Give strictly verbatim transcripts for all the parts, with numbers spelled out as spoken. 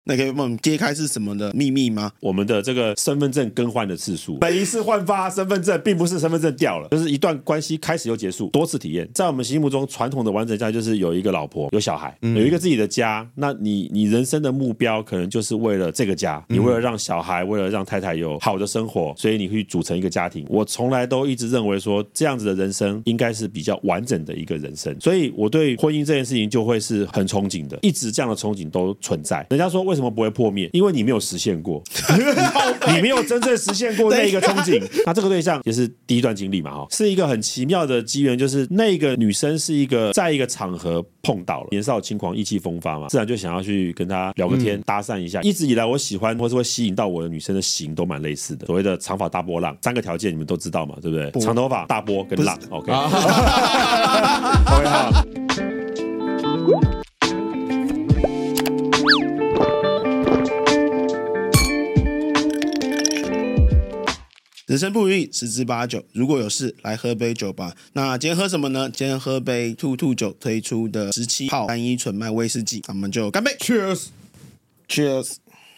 那可以帮我们揭开是什么的秘密吗？ 我们的这个身份证更换的次数，每一次换发身份证，并不是身份证掉了，就是一段关系开始又结束，多次体验。在我们心目中，传统的完整家就是有一个老婆，有小孩，有一个自己的家。那你你人生的目标可能就是为了这个家，你为了让小孩，为了让太太有好的生活，所以你去组成一个家庭。我从来都一直认为说，这样子的人生应该是比较完整的一个人生，所以我对婚姻这件事情就会是很憧憬的，一直这样的憧憬都存在。人家说为什么不会破灭？因为你没有实现过，你没有真正实现过那一个憧憬。那这个对象也是第一段经历嘛，是一个很奇妙的机缘，就是那个女生是一个在一个场合碰到了，年少轻狂意气风发嘛，自然就想要去跟她聊个天、嗯、搭讪一下。一直以来我喜欢或是会吸引到我的女生的型都蛮类似的，所谓的长发大波浪，三个条件你们都知道嘛，对不对？长头发、大波跟浪 OK、啊、OK 好。 人生不如意，十之八九。如果有事，来喝杯酒吧。那今天喝什么呢？今天喝杯兔兔酒推出的十七号单一纯麦威士忌，我们就干杯 ！Cheers，Cheers。Cheers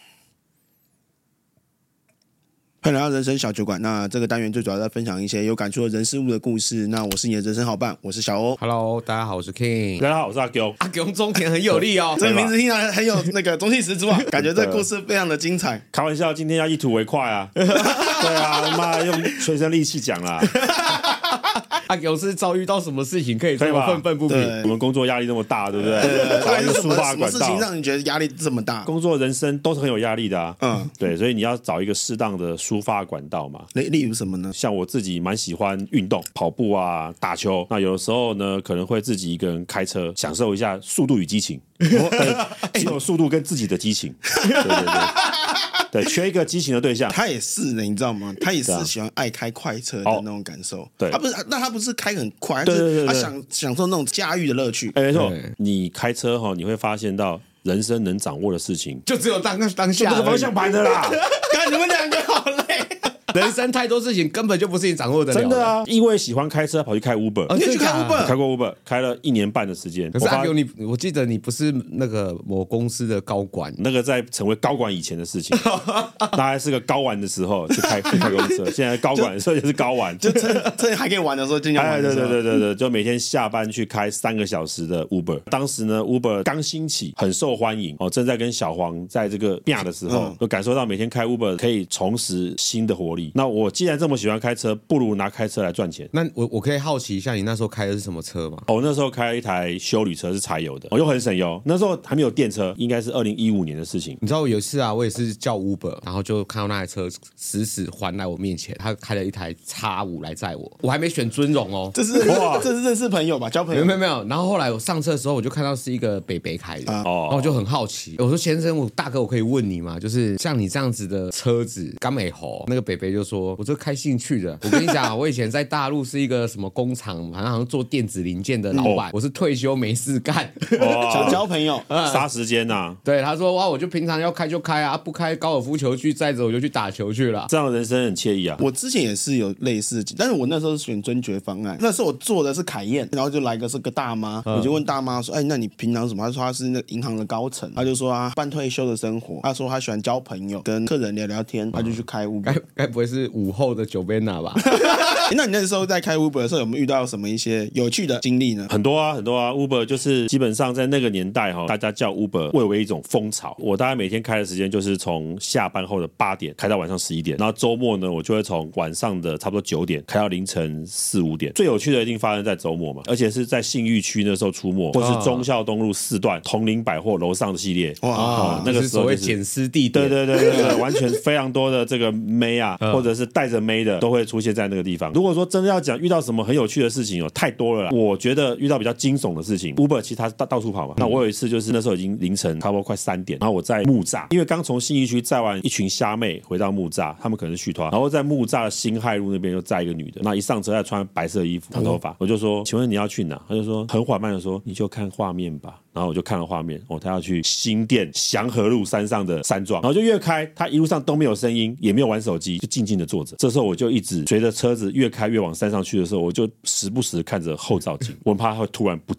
欢迎来到人生小酒馆。那这个单元最主要在分享一些有感触的人事物的故事。那我是你的人生好伴，我是小欧。 Hello， 大家好，我是 King。 大家好，我是阿公。 阿公中田很有力哦， 这个名字听起来很有那个中气十足啊，感觉这个故事非常的精彩。 开玩笑，今天要一吐为快啊！对啊，妈用全身力气讲啦。 阿公是遭遇到什么事情可以这么愤愤不平？ 我们工作压力那么大，对不对？对， 找一个抒发管道。什么事情让你觉得压力这么大？ 工作、人生都是很有压力的啊。嗯，对，所以你要找一个适当的抒发管道嘛。 例例如什么呢？像我自己蛮喜欢运动，跑步啊，打球。那有的时候呢，可能会自己一个人开车，享受一下速度与激情。只有速度跟自己的激情。对对对。对，缺一个激情的对象。 他也是呢，你知道吗？他也是喜欢爱开快车的那种感受。哦、对，他不是，那他不是开很快， 对对对对， 他享享受那种驾驭的乐趣。 哎，没错，你开车哈，你会发现到人生能掌握的事情， 就只有当当下这个方向盘的啦。 看你们两个好累。 人生太多事情根本就不是你掌握得了的。 真的啊，因为喜欢开车跑去开 Uber， 你去开 Uber， 开过 Uber， 开了一年半的时间。 可是阿勇，你我记得你不是那个某公司的高管， 那个在成为高管以前的事情，那还是个高玩的时候去开去开公司，现在高管所以就是高玩， 就趁趁还可以玩的时候尽量玩的时候。 对对对对对，就每天下班去开三个小时的 Uber。当时呢 ，Uber 刚兴起，很受欢迎哦，正在跟小黄在这个变的时候，就感受到每天开 Uber 可以重拾新的活力。那我既然这么喜欢开车，不如拿开车来赚钱。 那我我可以好奇一下，你那时候开的是什么车吗？ 我、哦、那时候开了一台休旅车，是柴油的，我、哦、又很省油。那时候还没有电车，应该是二零一五年的事情。 你知道有一次啊，我也是叫 Uber， 然后就看到那台车死死还来我面前，他开了一台 X 五 来载我，我还没选尊荣哦。 这是哇，这是认识朋友吧？交朋友？ 没有没有没有。然后后来我上车的时候，我就看到是一个北北开的，啊、然后我就很好奇，我说先生，我大哥，我可以问你吗？就是像你这样子的车子，刚美猴，那个北北就说，我这开兴趣的。我跟你讲，我以前在大陆是一个什么工厂，好像做电子零件的老板，嗯、我是退休没事干， 想交朋友， 杀时间呐、啊。 对，他说哇，我就平常要开就开啊，不开高尔夫球具载着我就去打球去了， 这样的人生很惬意啊。 我之前也是有类似，但是我那时候是选尊爵方案，那时候我做的是凯宴，然后就来个是个大妈，嗯、我就问大妈说，哎，那你平常什么？她说她是那个银行的高层，她就说啊，半退休的生活，她说她喜欢交朋友，跟客人聊聊天，她就去开 Uber。 该该不会是午后的酒杯拿吧？ 那你那时候在开 Uber 的时候，有没有遇到什么一些有趣的经历呢？ 很多啊，很多啊。Uber 就是基本上在那个年代哈，大家叫 Uber 蔚为一种风潮。我大概每天开的时间就是从下班后的八点开到晚上十一点，然后周末呢，我就会从晚上的差不多九点开到凌晨四五点。最有趣的一定发生在周末嘛，而且是在信义区那时候出没，或是忠孝东路四段同林百货楼上的系列。哇，哦、那个时候、就是、 所谓捡尸地点。 对对对对对，完全非常多的这个妹啊，或者是带着妹的都会出现在那个地方。如果说真的要讲遇到什么很有趣的事情哦，太多了啦。我觉得遇到比较惊悚的事情 ，Uber 其实它到到处跑嘛。那我有一次就是那时候已经凌晨差不多快三点，然后我在木栅，因为刚从信义区载完一群虾妹回到木栅，他们可能是续团，然后在木栅的辛亥路那边又载一个女的，那一上车还穿白色衣服、长头发，嗯、我就说，请问你要去哪？他就说很缓慢的说，你就看画面吧。然后我就看了画面，哦，他要去新店祥和路山上的山庄，然后就越开，他一路上都没有声音，也没有玩手机，就静静的坐着。这时候我就一直随着车子越开越往山上去的时候，我就时不时看着后照镜，我很怕他会突然不见。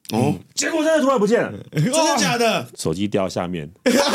哦， 结果真的突然不见了， 真的假的？ 手机掉下面，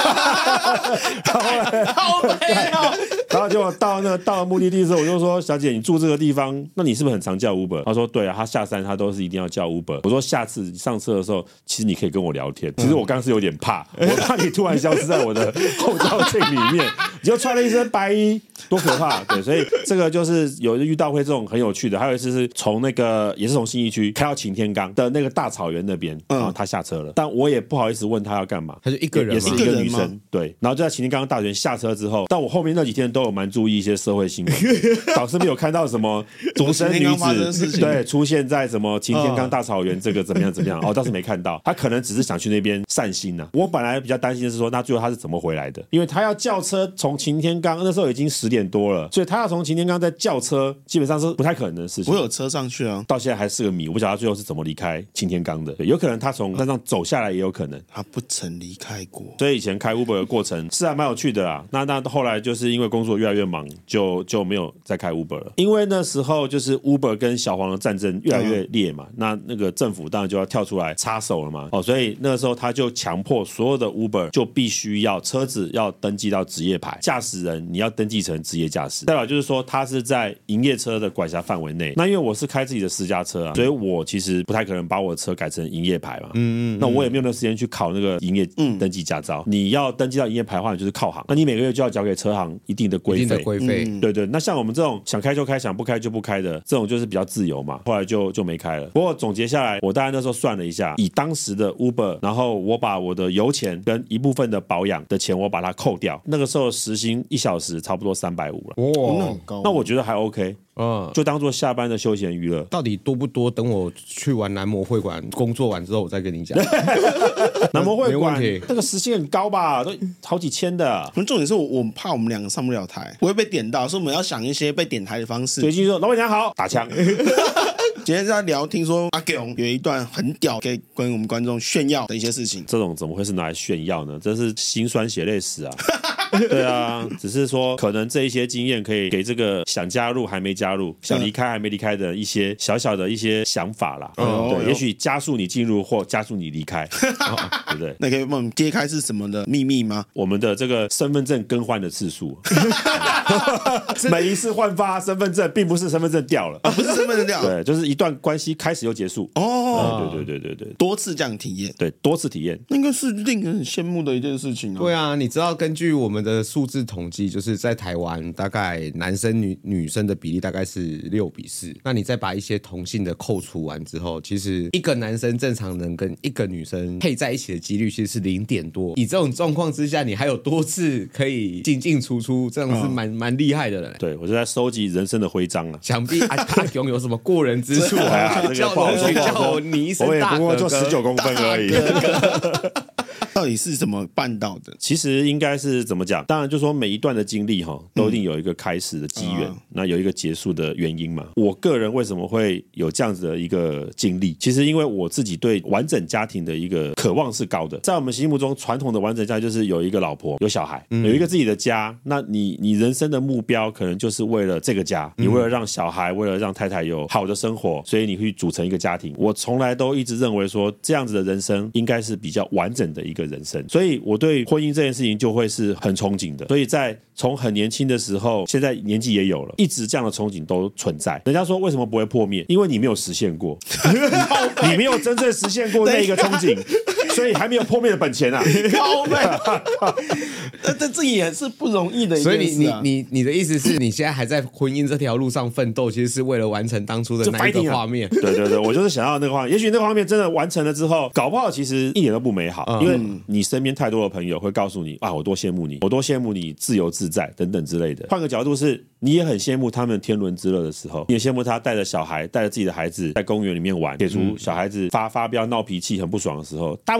好悲哦！ 然后结果到那个到了目的地的时候，我就说：“小姐，你住这个地方，那你是不是很常叫 Uber？” 她说：“对啊，她下山她都是一定要叫 Uber。”我说：“下次上车的时候，其实你可以跟我聊天。其实我刚刚是有点怕，我怕你突然消失在我的后照镜里面，你就穿了一身白衣，多可怕！对，所以这个就是有遇到会这种很有趣的。还有一次是从那个也是从信义区开到擎天岗的那个大草原那边，然后他下车了，但我也不好意思问他要干嘛， 他就一个人， 也是一个女生，对，然后就在擎天岗大学下车之后，但我后面那几天都有蛮注意一些社会新闻，导师没有看到什么独生女子对出现在什么擎天岗大草原这个怎么样怎么样，哦，倒是没看到，他可能只是想去那边散心啊。我本来比较担心的是说，那最后他是怎么回来的？因为他要叫车从擎天岗，那时候已经十点多了，所以他要从擎天岗再叫车，基本上是不太可能的事情。 我有车上去啊， 到现在还是个谜，我不晓得他最后是怎么离开擎天岗的，有可能他从山上走下来，也有可能他不曾离开过。 所以以前开 Uber 的过程是还蛮有趣的啦。那那后来就是因为工作越来越忙，就就没有再开 Uber 了。因为那时候就是 Uber 跟小黄的战争越来越烈嘛，嗯、那那个政府当然就要跳出来插手了嘛。哦，所以那个时候他就强迫所有的 Uber 就必须要车子要登记到职业牌，驾驶人你要登记成职业驾驶。代表就是说他是在营业车的管辖范围内。那因为我是开自己的私家车啊，所以我其实不太可能把我的车改成营业牌嘛。嗯嗯嗯，那我也没有那个时间去考那个营业登记驾照。嗯、你要登记到营业牌的话，你就是靠行，那你每个月就要交给车行一定的规费。 一定的规费、 嗯，对对。那像我们这种想开就开，想不开就不开的，这种就是比较自由嘛。后来就就没开了。不过总结下来，我大概那时候算了一下，以当时的 Uber， 然后我把我的油钱跟一部分的保养的钱，我把它扣掉，那个时候时薪一小时差不多三百五了。 哇，那很高。 那我觉得还 OK。 嗯， 就当做下班的休闲娱乐。 到底多不多？等我去完男模会馆工作完之后，我再跟你讲。 男模会馆那个时薪很高吧，都好几千的。 重点是我我怕我们两个上不了台，不会被点到，所以我们要想一些被点台的方式。 最近说老板娘好，打枪。 今天在聊，听说阿勇有一段很屌，可以跟我们观众炫耀的一些事情。 这种怎么会是拿来炫耀呢？这是辛酸血泪史啊！对啊，只是说可能这一些经验可以给这个想加入还没加入、想离开还没离开的一些小小的一些想法啦。嗯、对，也许加速你进入或加速你离开，对不对？ 那可以帮我们揭开是什么的秘密吗？ 我们的这个身份证更换的次数，每一次换发身份证，并不是身份证掉了， 啊、不是身份证掉了， 对，就是一段关系开始又结束。哦，对对对对对， 多次这样体验， 对，多次体验， 那应该是令人很羡慕的一件事情啊。 对啊，你知道根据我们的数字统计，就是在台湾大概男生女女生的比例大概是六比四。那你再把一些同性的扣除完之后，其实一个男生正常人跟一个女生配在一起的几率其实是零点多。以这种状况之下，你还有多次可以进进出出，这样是蛮蛮厉害的了。 对，我就在收集人生的徽章啊。 想必阿阿勇有什么过人之处啊？ 这个不好说， 叫我你一声我也大哥哥， 不过就十九公分而已。 到底是怎么办到的？ 其实应该是怎么讲？当然，就说每一段的经历哈，都一定有一个开始的机缘，嗯、那有一个结束的原因嘛。我个人为什么会有这样子的一个经历？其实因为我自己对完整家庭的一个渴望是高的。在我们心目中，传统的完整家庭就是有一个老婆、有小孩、嗯、有一个自己的家。那你你人生的目标可能就是为了这个家，你为了让小孩，为了让太太有好的生活，所以你会组成一个家庭。我从来都一直认为说，这样子的人生应该是比较完整的一个人生，所以我对婚姻这件事情就会是很憧憬的。所以在从很年轻的时候，现在年纪也有了，一直这样的憧憬都存在。人家说为什么不会破灭？因为你没有实现过，你没有真正实现过那一个憧憬，所以还没有破灭的本钱啊！ 靠背，这这这也是不容易的一件事、啊。 所以你你你你的意思是你现在还在婚姻这条路上奋斗，其实是为了完成当初的那一个画面？ 啊、对对对，我就是想要那个画面。也许那个画面真的完成了之后，搞不好其实一点都不美好，嗯、因为你身边太多的朋友会告诉你啊，我多羡慕你，我多羡慕你自由自在等等之类的。换个角度是，你也很羡慕他们天伦之乐的时候，你也羡慕他带着小孩、带着自己的孩子在公园里面玩，撇除小孩子发发飙、闹脾气、很不爽的时候，大部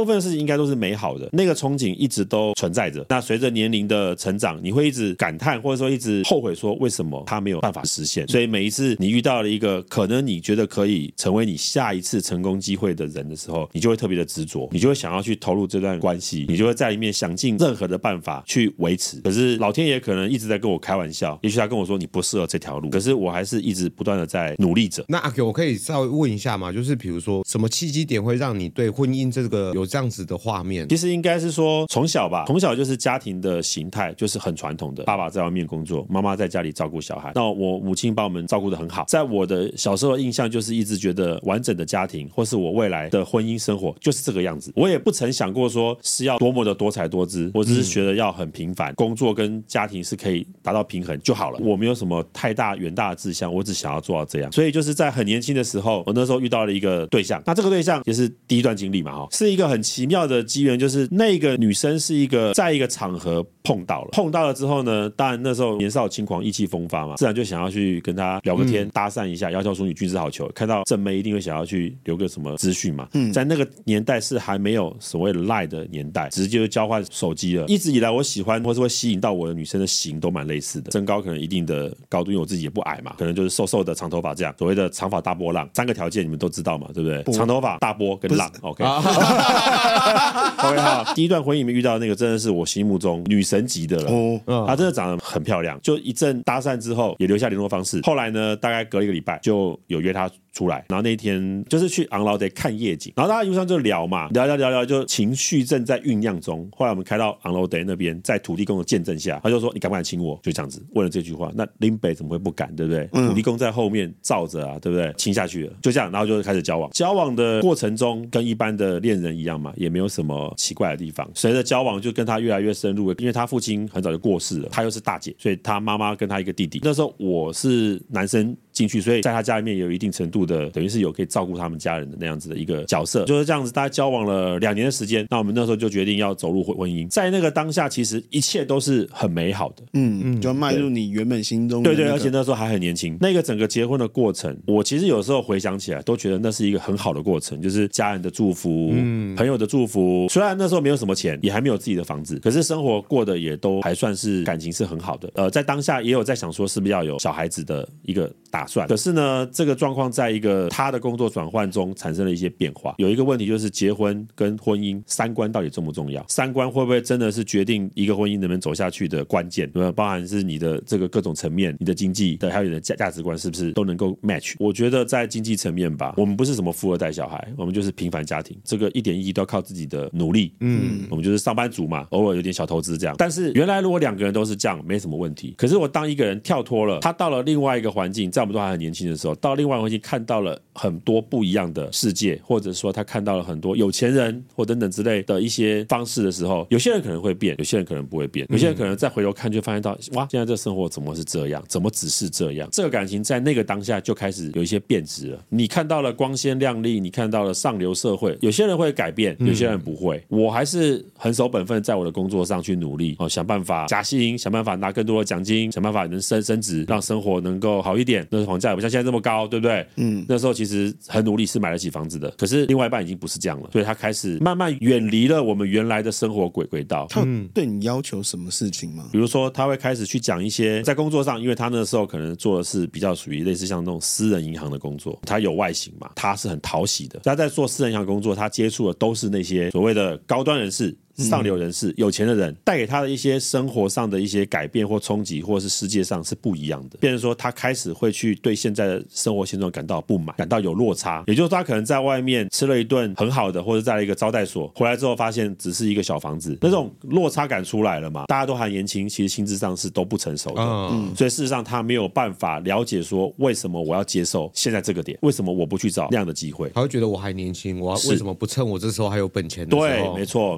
部分的事情应该都是美好的，那个憧憬一直都存在着。那随着年龄的成长，你会一直感叹，或者说一直后悔说为什么他没有办法实现。所以每一次你遇到了一个可能你觉得可以成为你下一次成功机会的人的时候，你就会特别的执着，你就会想要去投入这段关系，你就会在里面想尽任何的办法去维持。可是老天爷可能一直在跟我开玩笑，也许他跟我说你不适合这条路，可是我还是一直不断的在努力着。 那阿 Q， 我可以稍微问一下吗？就是比如说什么契机点会让你对婚姻这个有这样子的画面？ 其实应该是说从小吧，从小就是家庭的形态就是很传统的，爸爸在外面工作，妈妈在家里照顾小孩。那我母亲把我们照顾得很好，在我的小时候的印象就是一直觉得完整的家庭或是我未来的婚姻生活就是这个样子。我也不曾想过说是要多么的多彩多姿，我只是觉得要很平凡，工作跟家庭是可以达到平衡就好了。我没有什么太大远大的志向，我只想要做到这样。所以就是在很年轻的时候，我那时候遇到了一个对象，那这个对象也是第一段经历嘛，是一个很奇妙的机缘，就是那个女生是一个在一个场合碰到了，碰到了之后呢，当然那时候年少轻狂意气风发嘛，自然就想要去跟她聊个天、嗯、搭讪一下，窈窕淑女君子好逑，看到正妹一定会想要去留个什么资讯嘛、嗯、在那个年代是还没有所谓的 LINE 的年代，直接就交换手机了。一直以来我喜欢或是会吸引到我的女生的型都蛮类似的，身高可能一定的高度，因为我自己也不矮嘛，可能就是瘦瘦的长头发这样，所谓的长发大波浪，三个条件你们都知道嘛，对不对？长头发、大波跟浪 OK、啊、OK 好，第一段婚姻里面遇到的那个真的是我心目中女神级的了、哦、她真的长得很漂亮，就一阵搭讪之后也留下联络方式，后来呢大概隔了一个礼拜就有约她出来，然后那一天就是去昂劳得看夜景，然后大家一路上就聊嘛，聊聊聊聊，就情绪正在酝酿中。后来我们开到昂劳得那边，在土地公的见证下，他就说你敢不敢亲我？就这样子问了这句话，那林北怎么会不敢，对不对？嗯、土地公在后面罩着啊，对不对？亲下去了，就这样，然后就开始交往。交往的过程中跟一般的恋人一样嘛，也没有什么奇怪的地方。随着交往就跟他越来越深入了，因为他父亲很早就过世了，他又是大姐，所以他妈妈跟他一个弟弟。那时候我是男生进去，所以在他家里面有一定程度的，等于是有可以照顾他们家人的那样子的一个角色，就是这样子。大家交往了两年的时间，那我们那时候就决定要走入婚姻。在那个当下，其实一切都是很美好的， 嗯嗯，就迈入你原本心中的、那个、对对，而且那时候还很年轻。那个整个结婚的过程，我其实有时候回想起来，都觉得那是一个很好的过程，就是家人的祝福、嗯、朋友的祝福。虽然那时候没有什么钱，也还没有自己的房子，可是生活过得也都还算是感情是很好的。呃，在当下也有在想说，是不是要有小孩子的一个打算。可是呢，这个状况在一个他的工作转换中产生了一些变化。有一个问题就是结婚跟婚姻三观到底重不重要？三观会不会真的是决定一个婚姻能不能走下去的关键？对吧？包含是你的这个各种层面，你的经济的还有你的价价值观是不是都能够 match？ 我觉得在经济层面吧，我们不是什么富二代小孩，我们就是平凡家庭，这个一点一滴都要靠自己的努力。嗯，我们就是上班族嘛，偶尔有点小投资这样。但是原来如果两个人都是这样，没什么问题。可是我当一个人跳脱了，他到了另外一个环境，在我们都还很年轻的时候，到另外一个环境看到了很多不一样的世界，或者说他看到了很多有钱人或等等之类的一些方式的时候，有些人可能会变，有些人可能不会变，有些人可能再回头看就发现到，哇，现在这生活怎么是这样，怎么只是这样？这个感情在那个当下就开始有一些变质了。你看到了光鲜亮丽，你看到了上流社会，有些人会改变，有些人不会。嗯、我还是很守本分，在我的工作上去努力，哦，想办法加薪，想办法拿更多的奖金，想办法能升升职，让生活能够好一点。那房价也不像现在这么高，对不对？嗯，那时候其实很努力，是买得起房子的。可是另外一半已经不是这样了，所以他开始慢慢远离了我们原来的生活轨轨道。 他对你要求什么事情吗？ 比如说他会开始去讲一些在工作上，因为他那时候可能做的是比较属于类似像那种私人银行的工作，他有外形嘛，他是很讨喜的。他在做私人银行工作，他接触的都是那些所谓的高端人士。上流人士、嗯、有钱的人带给他的一些生活上的一些改变或冲击，或者是世界上是不一样的。变成说他开始会去对现在的生活现状感到不满，感到有落差。也就是说他可能在外面吃了一顿很好的，或者在一个招待所回来之后发现只是一个小房子，那种落差感出来了嘛。大家都还年轻，其实心智上是都不成熟的、嗯、所以事实上他没有办法了解说为什么我要接受现在这个点，为什么我不去找那样的机会。 他会觉得我还年轻，我要为什么不趁我这时候还有本钱的时候？ 对，没错没错。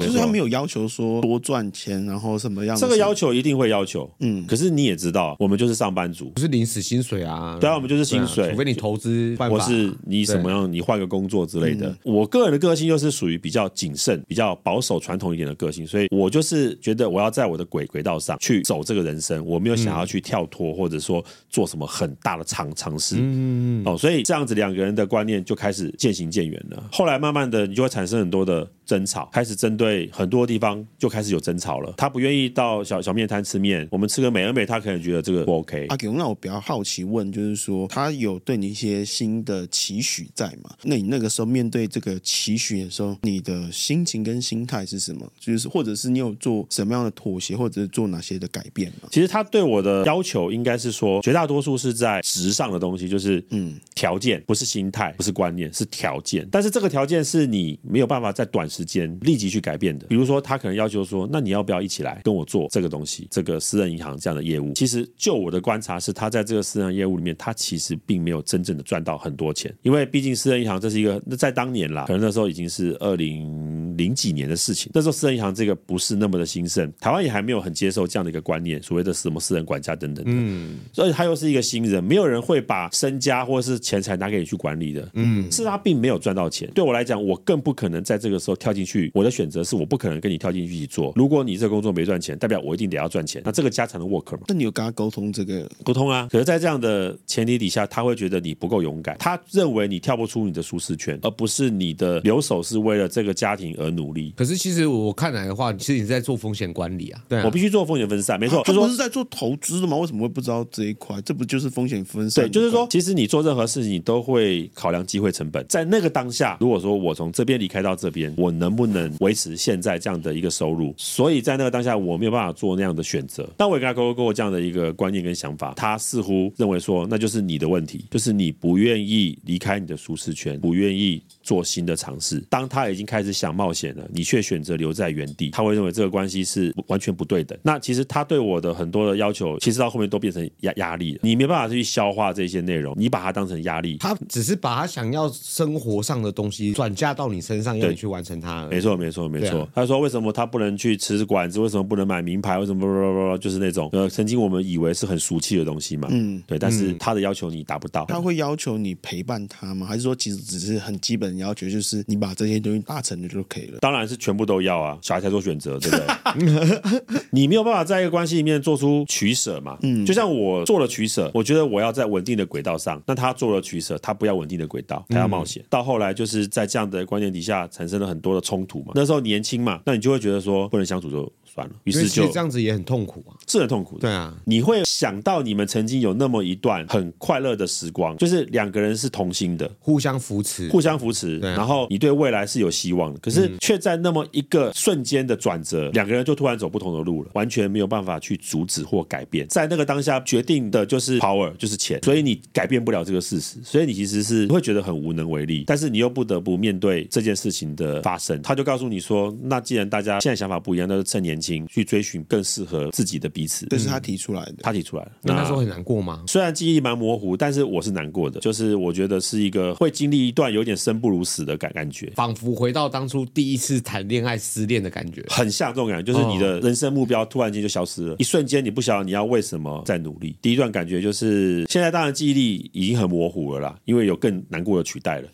就是他没有要求说多赚钱，然后什么样的。 这个要求一定会要求，嗯，可是你也知道，我们就是上班族， 不是领死薪水啊。 对啊，我们就是薪水， 除非你投资办法， 法， 或是你什么样，你换个工作之类的。嗯、我个人的个性又是属于比较谨慎、比较保守、传统一点的个性，所以我就是觉得我要在我的轨轨道上去走这个人生，我没有想要去跳脱，或者说做什么很大的尝尝试。嗯哦，所以这样子两个人的观念就开始渐行渐远了。后来慢慢的，你就会产生很多的争吵，开始针对很多地方就开始有争吵了。他不愿意到小小面摊吃面，我们吃个美而美，他可能觉得这个不 OK。 阿勇，那我比较好奇问，就是说他有对你一些新的期许在吗？那你那个时候面对这个期许的时候，你的心情跟心态是什么？就是或者是你有做什么样的妥协，或者是做哪些的改变吗？ 其实他对我的要求应该是说，绝大多数是在质上的东西，就是嗯条件，不是心态，不是观念，是条件。但是这个条件是你没有办法在短时间立即去改变的。比如说，他可能要求说，那你要不要一起来跟我做这个东西，这个私人银行这样的业务？其实就我的观察是，他在这个私人业务里面，他其实并没有真正的赚到很多钱，因为毕竟私人银行这是一个，那在当年啦，可能那时候已经是二零零几年的事情，那时候私人银行这个不是那么的兴盛，台湾也还没有很接受这样的一个观念，所谓的什么私人管家等等的，嗯，所以他又是一个新人，没有人会把身家或者是钱财拿给你去管理的，嗯，是他并没有赚到钱。对我来讲，我更不可能在这个时候跳进去，我的选择是我不可能跟你跳进去一起做。如果你这个工作没赚钱，代表我一定得要赚钱，那这个家才能 work 嘛。 那你有跟他沟通这个？ 沟通啊，可是在这样的前提底下，他会觉得你不够勇敢，他认为你跳不出你的舒适圈，而不是你的留守是为了这个家庭而努力。 可是其实我看来的话，其实你在做风险管理啊，对啊， 我必须做风险分散，没错。 他不是在做投资的吗？为什么会不知道这一块？这不就是风险分散？ 对，就是说，其实你做任何事情，你都会考量机会成本。在那个当下，如果说我从这边离开到这边，我能不能维持现在这样的一个收入？所以在那个当下，我没有办法做那样的选择。但我也跟他沟通过这样的一个观念跟想法，他似乎认为说，那就是你的问题，就是你不愿意离开你的舒适圈，不愿意做新的尝试。当他已经开始想冒险了，你却选择留在原地，他会认为这个关系是完全不对等。那其实他对我的很多的要求，其实到后面都变成压压力了。你没办法去消化这些内容，你把它当成压力。 他只是把他想要生活上的东西转嫁到你身上，要你去完成它。 没错，没错，没错。啊、他说为什么他不能去吃馆子？为什么不能买名牌？为什么就是那种呃，曾经我们以为是很俗气的东西嘛。嗯，对。但是他的要求你达不到。 他会要求你陪伴他吗？还是说其实只是很基本的要求，就是你把这些东西达成了就可以了？ 当然是全部都要啊，小孩才做选择，对不对？你没有办法在一个关系里面做出取舍嘛。嗯，就像我做了取舍，我觉得我要在稳定的轨道上，那他做了取舍，他不要稳定的轨道，他要冒险。嗯、到后来就是在这样的观念底下产生了很多的冲突嘛。那时候年轻嘛，那你就会觉得说不能相处就算了，于是就这样子也很痛苦啊， 是很痛苦的。 对啊， 你会想到你们曾经有那么一段很快乐的时光，就是两个人是同心的， 互相扶持， 互相扶持，啊、然后你对未来是有希望的。可是却在那么一个瞬间的转折，两个人就突然走不同的路了，完全没有办法去阻止或改变。在那个当下，决定的就是 power， 就是钱，所以你改变不了这个事实，所以你其实是会觉得很无能为力，但是你又不得不面对这件事情的发生。他就告诉你说，那既然大家现在想法不一样，那就趁年轻去追寻更适合自己的彼此。 这是他提出来的， 他提出来的。 那那时候很难过吗？ 虽然记忆蛮模糊，但是我是难过的，就是我觉得是一个会经历一段有点生不如死的感感觉， 仿佛回到当初第一次谈恋爱失恋的感觉， 很像这种感觉，就是你的人生目标突然间就消失了，一瞬间你不晓得你要为什么在努力。第一段感觉就是现在当然记忆力已经很模糊了啦，因为有更难过的取代了。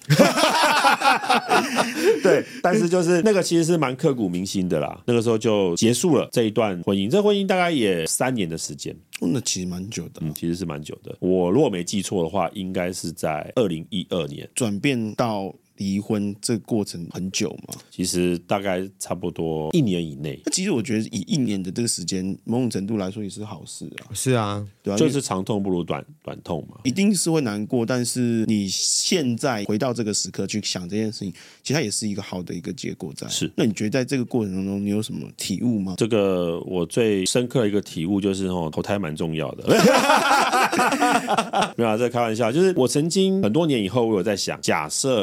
对，但是就是那个其实是蛮刻骨铭心的啦。那个时候就结束了这一段婚姻，这婚姻大概也三年的时间。 哦，那其实蛮久的。 嗯，其实是蛮久的。我如果没记错的话，应该是在二零一二年转变到离婚，这个过程很久吗？ 其实大概差不多一年以内。 那其实我觉得以一年的这个时间，某种程度来说也是好事啊。 是啊， 对啊，就是长痛不如短短痛嘛。 一定是会难过，但是你现在回到这个时刻去想这件事情，其实它也是一个好的一个结果在。是。那你觉得在这个过程当中，你有什么体悟吗？ 这个我最深刻的一个体悟就是哦，投胎蛮重要的。没有啊，这开玩笑。就是我曾经很多年以后，我有在想，假设再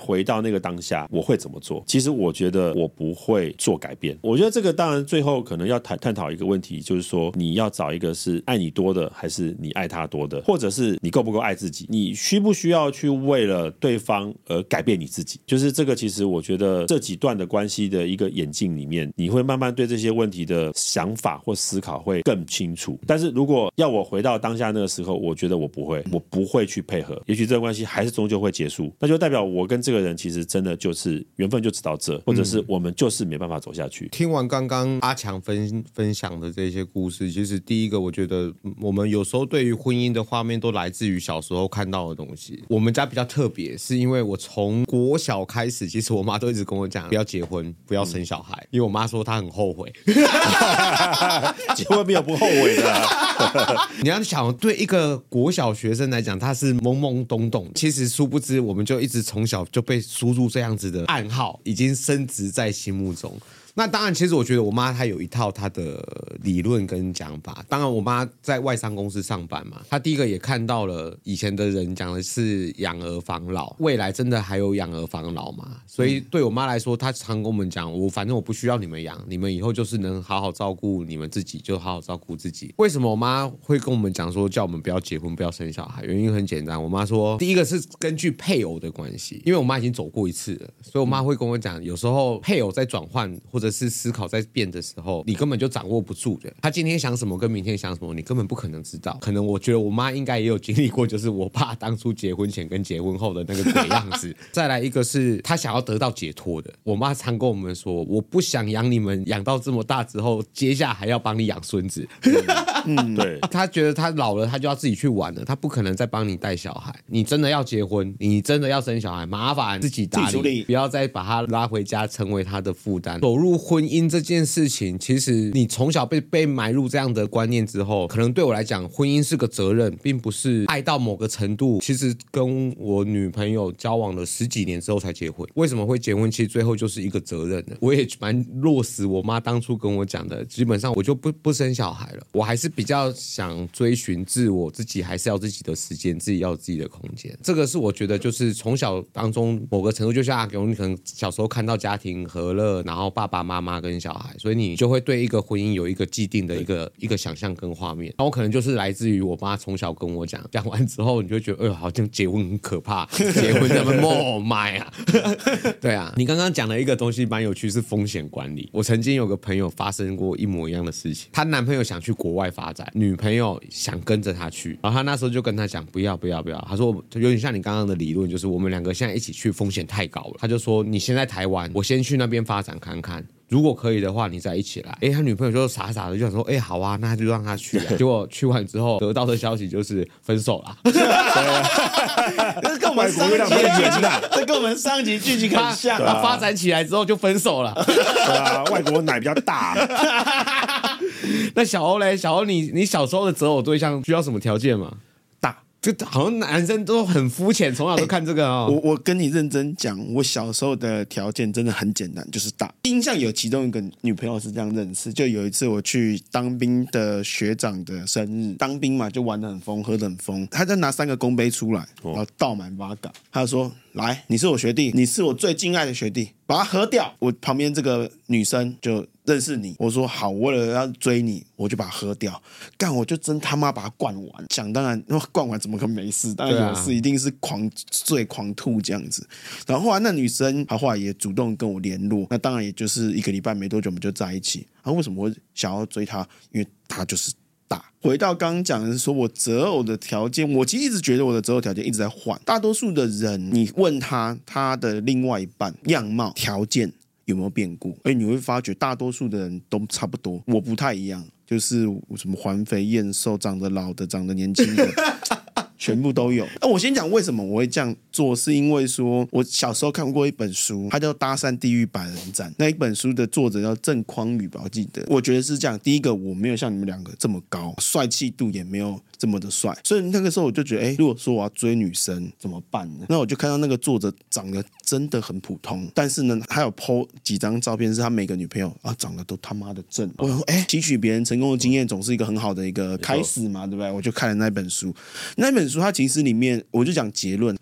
回到那个当下，我会怎么做？其实我觉得我不会做改变。我觉得这个当然最后可能要探探讨一个问题，就是说你要找一个是爱你多的，还是你爱他多的，或者是你够不够爱自己？你需不需要去为了对方而改变你自己？就是这个，其实我觉得这几段的关系的一个演进里面，你会慢慢对这些问题的想法或思考会更清楚。但是如果要我回到当下那个时候，我觉得我不会，我不会去配合，也许这个关系还是终究会结束，那就代表我跟这个人其实真的就是缘分就只到这，或者是我们就是没办法走下去。 听完刚刚阿强分分享的这些故事，其实第一个我觉得我们有时候对于婚姻的画面都来自于小时候看到的东西。我们家比较特别，是因为我从国小开始，其实我妈都一直跟我讲不要结婚，不要生小孩，嗯、因为我妈说她很后悔。 结婚没有不后悔的、啊。 你要想，对一个国小学生来讲，他是懵懵懂懂，其实殊不知，我们就一直从小就被输入这样子的暗号，已经深植在心目中。那当然，其实我觉得我妈她有一套她的理论跟讲法。当然，我妈在外商公司上班嘛，她第一个也看到了以前的人讲的是养儿防老，未来真的还有养儿防老嘛？所以对我妈来说，她常跟我们讲，我反正我不需要你们养，你们以后就是能好好照顾你们自己，就好好照顾自己。为什么我妈会跟我们讲说叫我们不要结婚，不要生小孩？原因很简单，我妈说，第一个是根据配偶的关系，因为我妈已经走过一次了，所以我妈会跟我讲，有时候配偶在转换或者是思考在变的时候，你根本就掌握不住的。他今天想什么跟明天想什么，你根本不可能知道。可能我觉得我妈应该也有经历过，就是我爸当初结婚前跟结婚后的那个鬼样子。再来一个是他想要得到解脱的。我妈常跟我们说，我不想养你们养到这么大之后，接下来还要帮你养孙子。 嗯，对。 他觉得他老了，他就要自己去玩了，他不可能再帮你带小孩。你真的要结婚，你真的要生小孩，麻烦自己打理，不要再把他拉回家成为他的负担。走入婚姻这件事情，其实你从小被被埋入这样的观念之后，可能对我来讲，婚姻是个责任，并不是爱到某个程度。其实跟我女朋友交往了十几年之后才结婚，为什么会结婚？其实最后就是一个责任的。我也蛮落实我妈当初跟我讲的，基本上我就不不生小孩了。我还是比较想追寻自我，自己还是要自己的时间，自己要自己的空间。这个是我觉得就是从小当中某个程度，就像阿勇，你可能小时候看到家庭和乐，然后爸爸妈妈跟小孩，所以你就会对一个婚姻有一个既定的一个一个想象跟画面。然后可能就是来自于我妈从小跟我讲，讲完之后你就觉得，哎呦，好像结婚很可怕，结婚怎么莫买啊？对啊，你刚刚讲的一个东西蛮有趣，是风险管理。我曾经有个朋友发生过一模一样的事情，她男朋友想去国外发展，女朋友想跟着他去，然后他那时候就跟他讲，不要不要不要，他说有点像你刚刚的理论，就是我们两个现在一起去风险太高了。他就说你先在台湾，我先去那边发展看看。如果可以的话，你再一起来。哎，他女朋友就傻傻的就想说，哎，好啊，那就让他去啊。结果去完之后，得到的消息就是分手了。 这跟我们上集的剧情，这跟我们上集剧情很像。 他发展起来之后就分手了。 对啊，外国奶比较大。 那小欧嘞，小欧你你小时候的择偶对象需要什么条件吗？这好像男生都很肤浅，从小都看这个哦。 欸、我我跟你认真讲，我小时候的条件真的很简单，就是大。印象有其中一个女朋友是这样认识，就有一次我去当兵的学长的生日，当兵嘛就玩得很疯，喝得很疯，他就拿三个公杯出来，然后倒满八嘎，他就说：“来，你是我学弟，你是我最敬爱的学弟，把它喝掉。”我旁边这个女生就认识你，我说好，为了要追你，我就把它喝掉。干，我就真他妈把它灌完。想当然，灌完怎么可能没事？当然有事，一定是狂醉狂吐这样子。然后后来那女生，她后来也主动跟我联络，那当然也就是一个礼拜没多久，我们就在一起。然后为什么我想要追她？因为她就是大。回到刚刚讲的是说我择偶的条件，我其实一直觉得我的择偶条件一直在换。大多数的人，你问他他的另外一半样貌条件有没有变过？而你会发觉大多数的人都差不多，我不太一样，就是什么环肥燕瘦，长得老的，长得年轻的。全部都有。那我先讲为什么我会这样做，是因为说我小时候看过一本书，它叫《搭讪地狱百人斩》。那一本书的作者叫郑匡宇吧，我记得。我觉得是这样，第一个我没有像你们两个这么高，帅气度也没有这么的帅，所以那个时候我就觉得，哎，如果说我要追女生怎么办呢？那我就看到那个作者长得真的很普通，但是呢，他有 po 几张照片，是他每个女朋友啊长得都他妈的正。我说，哎，汲取别人成功的经验总是一个很好的一个开始嘛，对不对？我就看了那本书，那本书它其实里面我就讲结论，你要长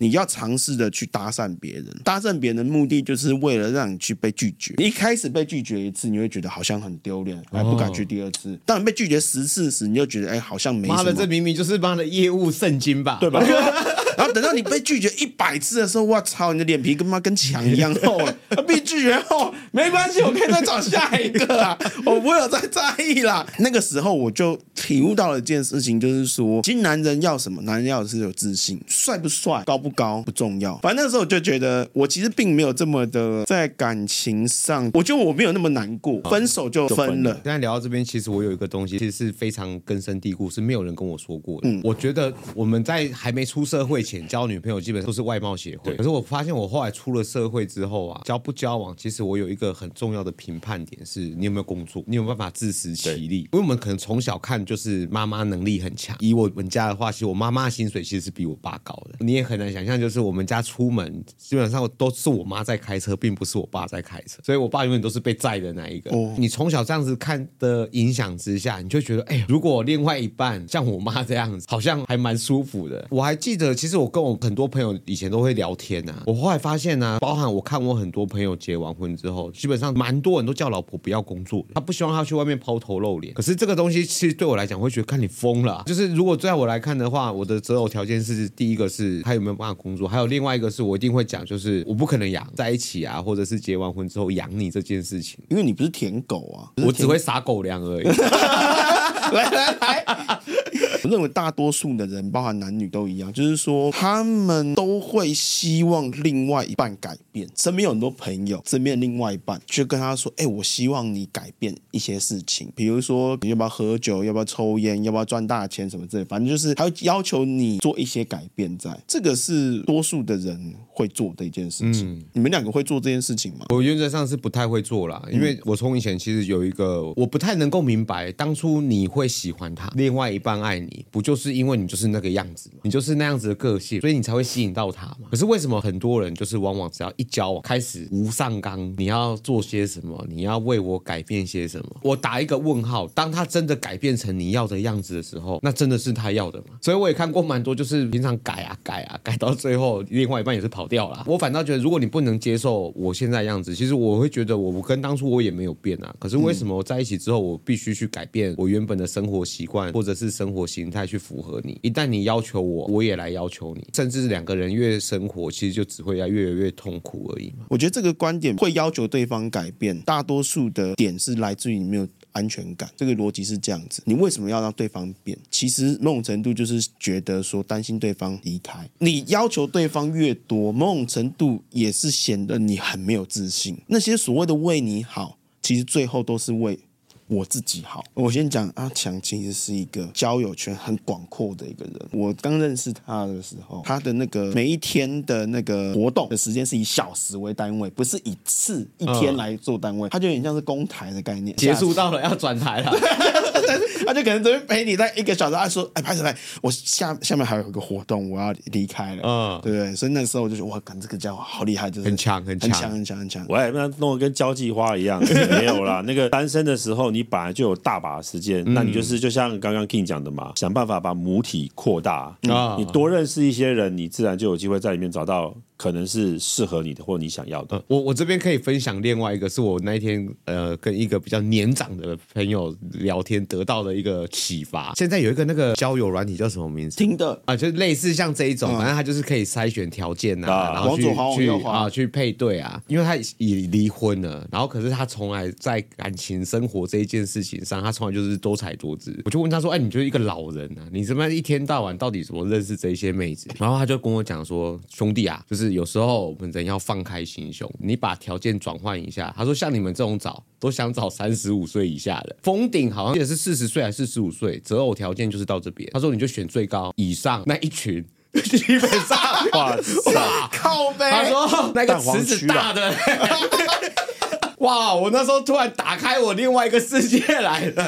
尝试的去搭讪别人，搭讪别人的目的就是为了让你去被拒绝。你一开始被拒绝一次，你会觉得好像很丢脸，还不敢去第二次。当你被拒绝十次时，你就觉得哎，好像没什么。 妈的，这明明就是妈的业务圣经吧， 对吧？ 然后等到你被拒绝一百次的时候，我操，你的脸皮跟妈跟墙一样厚了。被拒绝后没关系，我可以再找下一个啊，我不会有再在意啦。那个时候我就体悟到了一件事情，就是说，其实男人要什么？男人要的是有自信，帅不帅、高不高不重要。反正那时候我就觉得，我其实并没有这么的在感情上，我觉得我没有那么难过，分手就分了。 现在聊到这边，其实我有一个东西，其实是非常根深蒂固，是没有人跟我说过的。嗯，我觉得我们在还没出社会前交女朋友，基本上都是外貌协会。可是我发现我后来出了社会之后啊，交不交往，其实我有一个很重要的评判点是，你有没有工作，你有没有办法自食其力。因为我们可能从小看就是妈妈能力很强，以我们家的话，其实我妈妈的薪水其实是比我爸高的。你也很难想象，就是我们家出门基本上都是我妈在开车，并不是我爸在开车，所以我爸永远都是被载的那一个。哦，你从小这样子看的影响之下，你就觉得，哎，如果另外一半像我妈这样子，好像还蛮舒服的。我还记得，其实我跟我很多朋友以前都会聊天啊，我后来发现啊，包含我看我很多朋友结完婚之后，基本上蛮多人都叫老婆不要工作的，他不希望他去外面抛头露脸。可是这个东西其实对我来讲，会觉得看你疯了啊。就是如果在我来看的话，我的择偶条件是第一个是他有没有办法工作，还有另外一个是我一定会讲，就是我不可能养在一起啊，或者是结完婚之后养你这件事情， 因为你不是舔狗啊， 我只会撒狗粮而已。 来来来，我认为大多数的人，包含男女都一样，就是说他们都会希望另外一半改变。身边有很多朋友，身边另外一半就跟他说：“哎、欸，我希望你改变一些事情，比如说你要不要喝酒，要不要抽烟，要不要赚大钱什么之类的，反正就是他会要求你做一些改变在。这个是多数的人会做的一件事情。嗯、你们两个会做这件事情吗？ 我原则上是不太会做啦，因为我从以前其实有一个我不太能够明白，当初你会喜欢他，另外一半爱你，不就是因为你就是那个样子吗？你就是那样子的个性，所以你才会吸引到他嘛。可是为什么很多人就是往往只要一交往开始无上纲，你要做些什么，你要为我改变些什么？我打一个问号，当他真的改变成你要的样子的时候，那真的是他要的吗？所以我也看过蛮多，就是平常改啊改啊改到最后，另外一半也是跑掉了。我反倒觉得，如果你不能接受我现在的样子，其实我会觉得我跟当初我也没有变啊。可是为什么我在一起之后，我必须去改变我原本的生活习惯或者是生活形态去符合你？一旦你要求我，我也来要求你，甚至两个人越生活，其实就只会要越来越痛苦而已嘛。 我觉得这个观点会要求对方改变，大多数的点是来自于你没有安全感，这个逻辑是这样子。你为什么要让对方变？其实某种程度就是觉得说担心对方离开。你要求对方越多，某种程度也是显得你很没有自信。那些所谓的为你好，其实最后都是为我自己好。我先讲，阿强其实是一个交友圈很广阔的一个人。我刚认识他的时候，他的那个每一天的那个活动的时间是以小时为单位，不是以次一天来做单位，他就有点像是公台的概念。 结束到了要转台了。 他就可能这边陪你在一个小时，他说：“哎，拍起来，我下下面还有一个活动，我要离开了。”嗯，对不对？所以那时候我就觉得，哇，看这个家伙好厉害，就是很强，很强， 很强，很强，很强。 我还那弄得跟交际花一样，没有啦。那个单身的时候，你本来就有大把时间，嗯、那你就是就像刚刚 King 讲的嘛，想办法把母体扩大。嗯、你多认识一些人，你自然就有机会在里面找到可能是适合你的或你想要的。 呃、我我这边可以分享另外一个，是我那一天呃跟一个比较年长的朋友聊天得到的一个启发。现在有一个那个交友软体叫什么名字？ 听的啊，就类似像这一种，嗯、反正它就是可以筛选条件啊，啊然后去去啊去配对啊。因为他已离婚了，然后可是他从来在感情生活这一件事情上，他从来就是多才多姿。我就问他说：“哎，你就是一个老人啊，你怎么一天到晚到底怎么认识这些妹子？”然后他就跟我讲说：“兄弟啊，就是有时候我们人要放开心胸，你把条件转换一下。”他说：“像你们这种找都想找三十五岁以下的，封顶好像也是四十岁还是四十五岁，择偶条件就是到这边。”他说：“你就选最高以上那一群。”基本上， 哇哇，靠背。他说那个池子大的，哇！我那时候突然打开我另外一个世界来了。 靠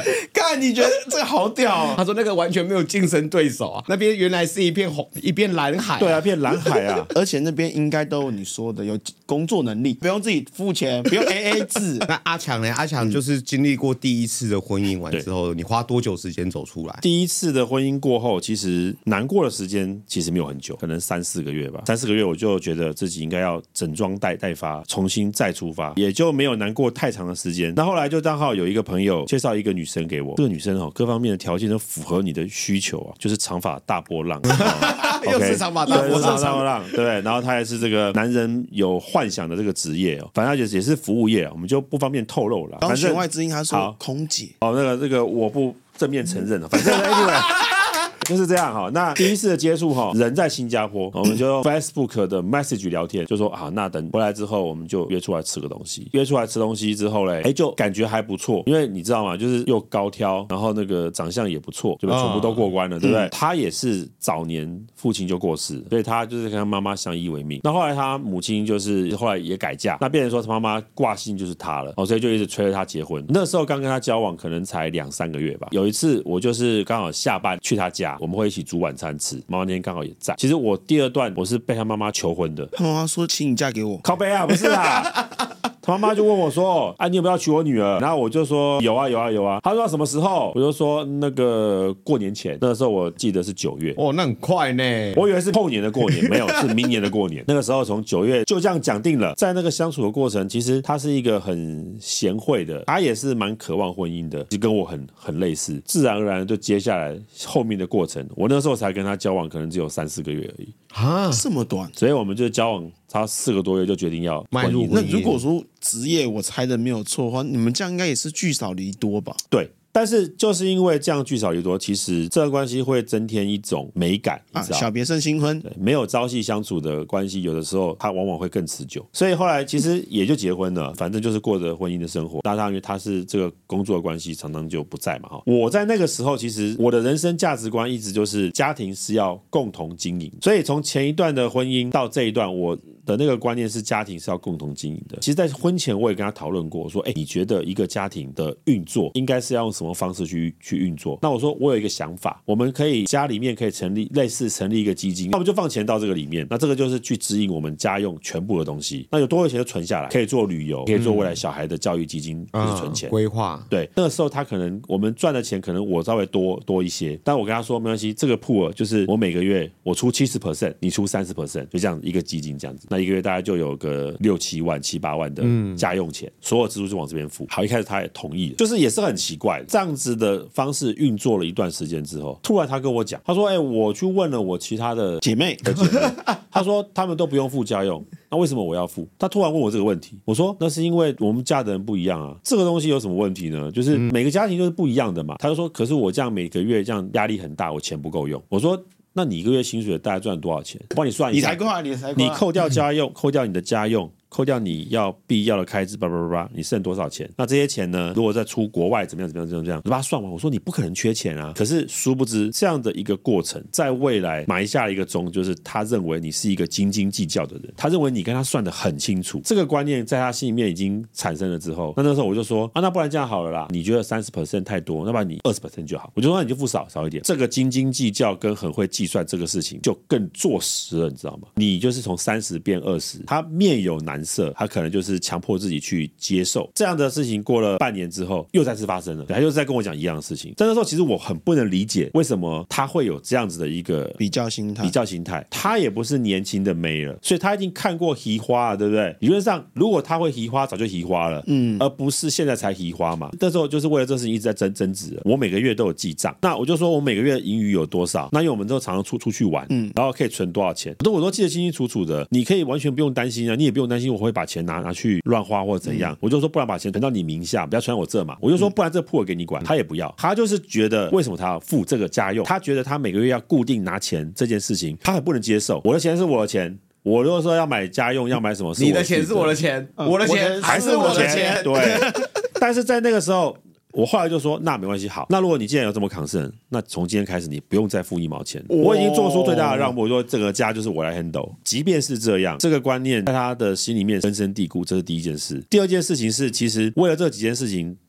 干，你觉得这个好屌啊？ 他说那个完全没有竞争对手啊，那边原来是一片红一片蓝海、啊。 对啊，片蓝海啊， 而且那边应该都有你说的有工作能力，不用自己付钱，不用 A A 制。 那阿强呢？阿强就是经历过第一次的婚姻完之后，你花多久时间走出来？ 第一次的婚姻过后，其实难过的时间其实没有很久，可能三四个月吧。三四个月我就觉得自己应该要整装待待发，重新再出发，也就没有难过太长的时间。那后来就刚好有一个朋友介绍一个女生给我，这个女生哦，各方面的条件都符合你的需求啊，就是长发大波浪， 又是长发大波浪， 大波浪，对，然后她也是这个男人有幻想的这个职业哦，反正也也是服务业，我们就不方便透露了。 然后弦外之音他说空姐， 哦，那个那个我不正面承认了，反正 anyway。就是这样哈，那第一次的接触哈，人在新加坡，我们就用 Facebook 的 message 聊天，就说啊，那等回来之后，我们就约出来吃个东西。约出来吃东西之后嘞，哎，就感觉还不错，因为你知道吗？就是又高挑，然后那个长相也不错，对吧？全部都过关了，对不对？嗯、他也是早年父亲就过世，所以他就是跟他妈妈相依为命。那后来他母亲就是后来也改嫁，那变成说他妈妈挂心就是他了，哦，所以就一直催着他结婚。那时候刚跟他交往，可能才两三个月吧。有一次我就是刚好下班去他家。我们会一起煮晚餐吃，妈妈那天刚好也在。其实我第二段我是被他妈妈求婚的， 他妈妈说请你嫁给我， 靠北啊，不是啦。他妈妈就问我说：“啊，你有没有要娶我女儿？”然后我就说：“有啊，有啊，有啊。”他说：“什么时候？”我就说：“那个过年前。”那个时候我记得是九月。 哦，那很快呢。 我以为是后年的过年，没有，是明年的过年。那个时候从九月就这样讲定了。在那个相处的过程，其实他是一个很贤惠的，他也是蛮渴望婚姻的，就跟我很很类似。自然而然就接下来后面的过程，我那时候才跟他交往，可能只有三四个月而已啊，这么短。 所以我们就交往差四个多月就决定要迈入婚姻。 那如果说职业我猜的没有错的话，你们这样应该也是聚少离多吧？ 对。但是就是因为这样聚少离多，其实这段关系会增添一种美感，你知道、 啊、小别胜新婚， 对，没有朝夕相处的关系，有的时候它往往会更持久。所以后来其实也就结婚了，反正就是过着婚姻的生活。加上因为他是这个工作的关系，常常就不在嘛。我在那个时候，其实我的人生价值观一直就是家庭是要共同经营。所以从前一段的婚姻到这一段，我的那个观念是家庭是要共同经营的。其实，在婚前我也跟他讨论过，说，哎，你觉得一个家庭的运作应该是要用什么方式去去运作？那我说我有一个想法，我们可以家里面可以成立类似成立一个基金，那我们就放钱到这个里面，那这个就是去指引我们家用全部的东西。那有多的钱就存下来，可以做旅游，可以做未来小孩的教育基金， 嗯、 就是存钱规划。 对，那个时候他可能我们赚的钱可能我稍微多多一些，但我跟他说没关系，这个铺就是我每个月我出 百分之七十， 你出 百分之三十， 就这样一个基金这样子，那一个月大概就有个六七万七八万的家用钱，嗯、所有支出就往这边付。好，一开始他也同意了，就是也是很奇怪，这样子的方式运作了一段时间之后，突然他跟我讲，他说：“哎、欸，我去问了我其他的姐妹的姐妹，他说他们都不用付家用，那为什么我要付？”他突然问我这个问题，我说：“那是因为我们家的人不一样啊，这个东西有什么问题呢？就是每个家庭都是不一样的嘛。”他就说：“可是我这样每个月这样压力很大，我钱不够用。”我说：“那你一个月薪水大概赚多少钱？我帮你算一下。” 你才快，你才快， 你扣掉家用，扣掉你的家用。扣掉你要必要的开支，叭叭叭叭，你剩多少钱？那这些钱呢？如果再出国外，怎么样？怎么样？怎么样？这样，你把它算完。我说你不可能缺钱啊！可是殊不知这样的一个过程，在未来埋下了一个种，就是他认为你是一个斤斤计较的人，他认为你跟他算得很清楚。这个观念在他心里面已经产生了之后，那那时候我就说啊，那不然这样好了啦，你觉得 百分之三十 太多，那不然你 百分之二十 就好。我就说那你就付少少一点。这个斤斤计较跟很会计算这个事情就更坐实了，你知道吗？你就是从三十变二十，他面有难色，他可能就。就是强迫自己去接受这样的事情，过了半年之后又再次发生了，他又在跟我讲一样的事情。在那时候其实我很不能理解为什么他会有这样子的一个比较心态， 比较心态。他也不是年轻的妹了，所以他已经看过移花了，对不对？理论上如果他会移花，早就移花了，嗯，而不是现在才移花嘛。那时候就是为了这事情一直在争争执。我每个月都有记账，那我就说我每个月盈余有多少，那因为我们都常常出出去玩，嗯，然后可以存多少钱，我都我都记得清清楚楚的。你可以完全不用担心啊，你也不用担心我会把钱拿拿去乱花或者怎样、嗯、我就说不然把钱存到你名下，不要存我这嘛。我就说不然这铺我给你管、嗯、他也不要，他就是觉得为什么他要付这个家用，他觉得他每个月要固定拿钱这件事情他很不能接受。我的钱是我的钱，我如果说要买家用要买什么是我的， 你的钱是我的钱、嗯、我的钱还是我的钱，对。但是在那个时候我后来就说那没关系，好，那如果你既然有这么concern，那从今天开始你不用再付一毛钱、哦、我已经做出最大的让步，我说这个家就是我来 handle。 即便是这样，这个观念在他的心里面根深蒂固，这是第一件事。第二件事情是其实为了这几件事情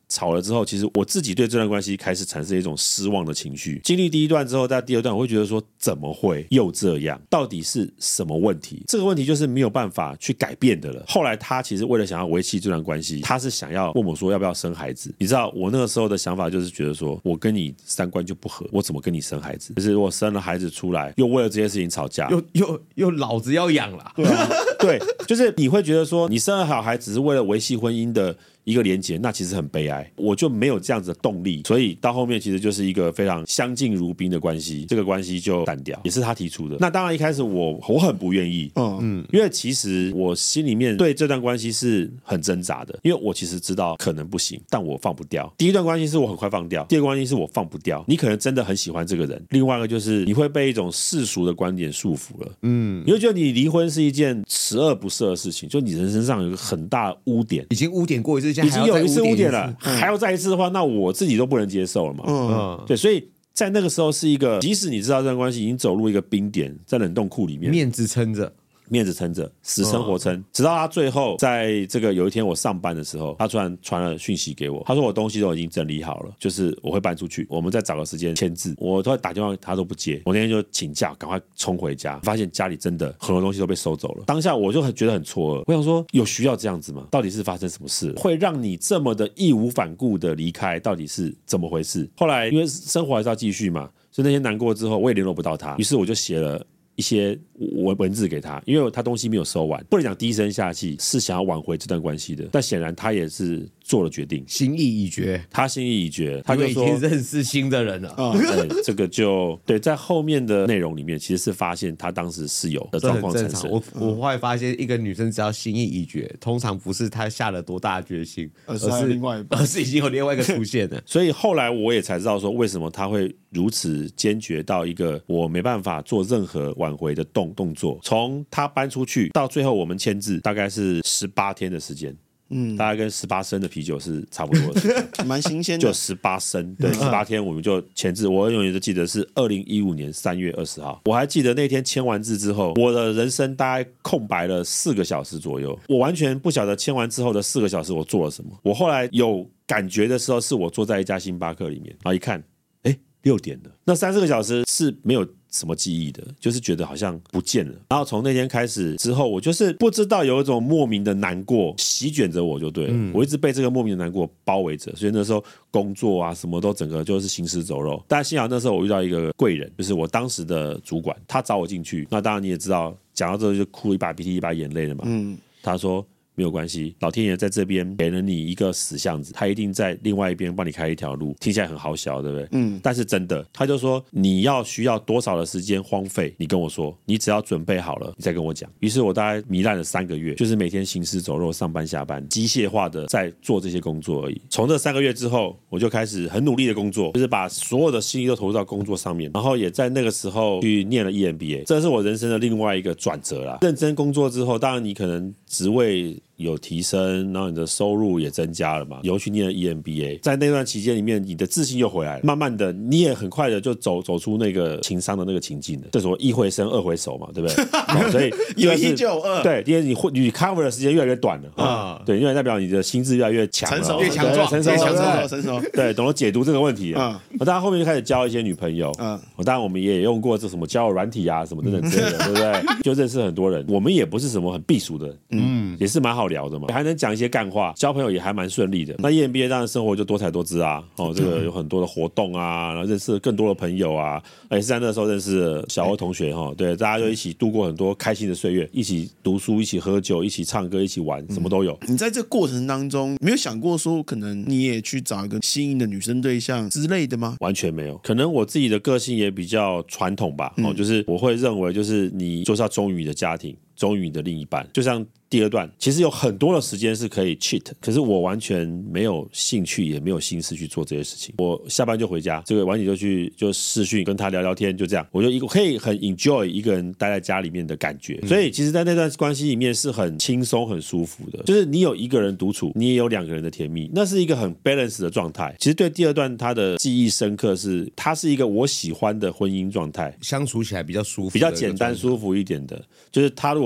吵了之后，其实我自己对这段关系开始产生一种失望的情绪。经历第一段之后，在第二段我会觉得说怎么会又这样，到底是什么问题？这个问题就是没有办法去改变的了。后来他其实为了想要维系这段关系，他是想要问我说要不要生孩子。你知道我那个时候的想法就是觉得说，我跟你三观就不合，我怎么跟你生孩子？就是我生了孩子出来，又为了这些事情吵架， 又又又老子要养啦。 对啊，对，就是你会觉得说，你生了小孩只是为了维系婚姻的一个连结，那其实很悲哀。我就没有这样子的动力，所以到后面其实就是一个非常相敬如宾的关系，这个关系就淡掉，也是他提出的。那当然一开始我我很不愿意，嗯嗯，因为其实我心里面对这段关系是很挣扎的，因为我其实知道可能不行，但我放不掉。第一段关系是我很快放掉，第二个关系是我放不掉。你可能真的很喜欢这个人，另外一个就是你会被一种世俗的观点束缚了，嗯，你会觉得你离婚是一件十恶不赦的事情，就你人身上有一个很大的污点， 已经污点过一次， 已经有一次污点了，还要再一次的话，那我自己都不能接受了嘛。嗯，对，所以在那个时候是一个，即使你知道这段关系已经走入一个冰点，在冷冻库里面， 面子撑着。 面子撑着，死撑活撑，直到他最后在这个有一天我上班的时候，他突然传了讯息给我，他说我东西都已经整理好了，就是我会搬出去，我们再找个时间签字。我都打电话他都不接，我那天就请假赶快冲回家，发现家里真的很多东西都被收走了。当下我就很觉得很错愕，我想说有需要这样子吗？到底是发生什么事会让你这么的义无反顾的离开？到底是怎么回事？后来因为生活还是要继续嘛，所以那天难过之后我也联络不到他，于是我就写了一些文文字给他，因为他东西没有收完，不能讲低声下气，是想要挽回这段关系的，但显然他也是做了决定， 心意已决。 他心意已决，他就说已经认识新的人了。 嗯，对，这个就对，在后面的内容里面，其实是发现他当时是有的状况产生。 我我后来发现，一个女生只要心意已决，通常不是她下了多大的决心， 而是而是另外一半， 而是已经有另外一个出现了。 所以后来我也才知道说，为什么他会如此坚决到一个我没办法做任何挽回的动动作。从他搬出去到最后我们签字，大概是十八天的时间。嗯，大概跟十八升的啤酒是差不多的， 蛮新鲜的， 就十八升，对，十八天我们就签字。我永远都记得是二零一五年三月二十号，我还记得那天签完字之后，我的人生大概空白了四个小时左右，我完全不晓得签完之后的四个小时我做了什么。我后来有感觉的时候，是我坐在一家星巴克里面，然后一看，哎，六点了，那三四个小时是没有什么记忆的，就是觉得好像不见了。然后从那天开始之后，我就是不知道有一种莫名的难过席卷着我就对了、嗯、我一直被这个莫名的难过包围着，所以那时候工作啊什么都整个就是行尸走肉。但幸好那时候我遇到一个贵人，就是我当时的主管，他找我进去。那当然你也知道，讲到这就哭一把鼻涕一把眼泪了嘛。嗯，他说没有关系，老天爷在这边给了你一个死巷子，他一定在另外一边帮你开一条路。听起来很好笑，对不对？嗯。但是真的，他就说你要需要多少的时间荒废，你跟我说，你只要准备好了，你再跟我讲。于是我大概糜烂了三个月，就是每天行尸走肉，上班下班，机械化的在做这些工作而已。从这三个月之后，我就开始很努力的工作，就是把所有的心力都投入到工作上面，然后也在那个时候去念了 E M B A， 这是我人生的另外一个转折啦。认真工作之后，当然你可能职位有提升，然后你的收入也增加了嘛，以后去念了 E M B A， 在那段期间里面，你的自信又回来了，慢慢的你也很快的就走走出那个情商的那个情境了。这时候一回生二回熟嘛，对不对？哦、所以有一就有二， 对，因为你你 cover 的时间越来越短了啊、嗯，对，因为代表你的心智越来越强了， 成熟越强壮， 成熟， 成熟，成熟， 对，懂得解读这个问题啊。嗯，当然后面就开始交一些女朋友，嗯，当然我们也用过这什么交友软体啊，什么等等之类的，对不对？就认识很多人，我们也不是什么很避俗的，嗯，也是蛮好聊的嘛，还能讲一些干话，交朋友也还蛮顺利的。那 E M B A 当然生活就多彩多姿啊，哦，这个有很多的活动啊，然后认识了更多的朋友啊，也是在那时候认识了小欧同学哈，对，大家就一起度过很多开心的岁月，一起读书，一起喝酒，一起唱歌，一起玩，什么都有。 你在这过程当中没有想过说，可能你也去找一个心仪的女生对象之类的吗？ 完全没有，可能我自己的个性也比较传统吧，哦，就是我会认为，就是你就是要忠于你的家庭，忠于你的另一半，就像第二段，其实有很多的时间是可以 cheat， 可是我完全没有兴趣，也没有心思去做这些事情。我下班就回家，这个晚点就去就视讯跟他聊聊天，就这样，我就一个可以很 enjoy 一个人待在家里面的感觉。所以其实，在那段关系里面是很轻松、很舒服的，就是你有一个人独处，你也有两个人的甜蜜，那是一个很 balance 的状态。其实对第二段他的记忆深刻是，它是一个我喜欢的婚姻状态， 相处起来比较舒服， 比较简单舒服一点的。就是他如果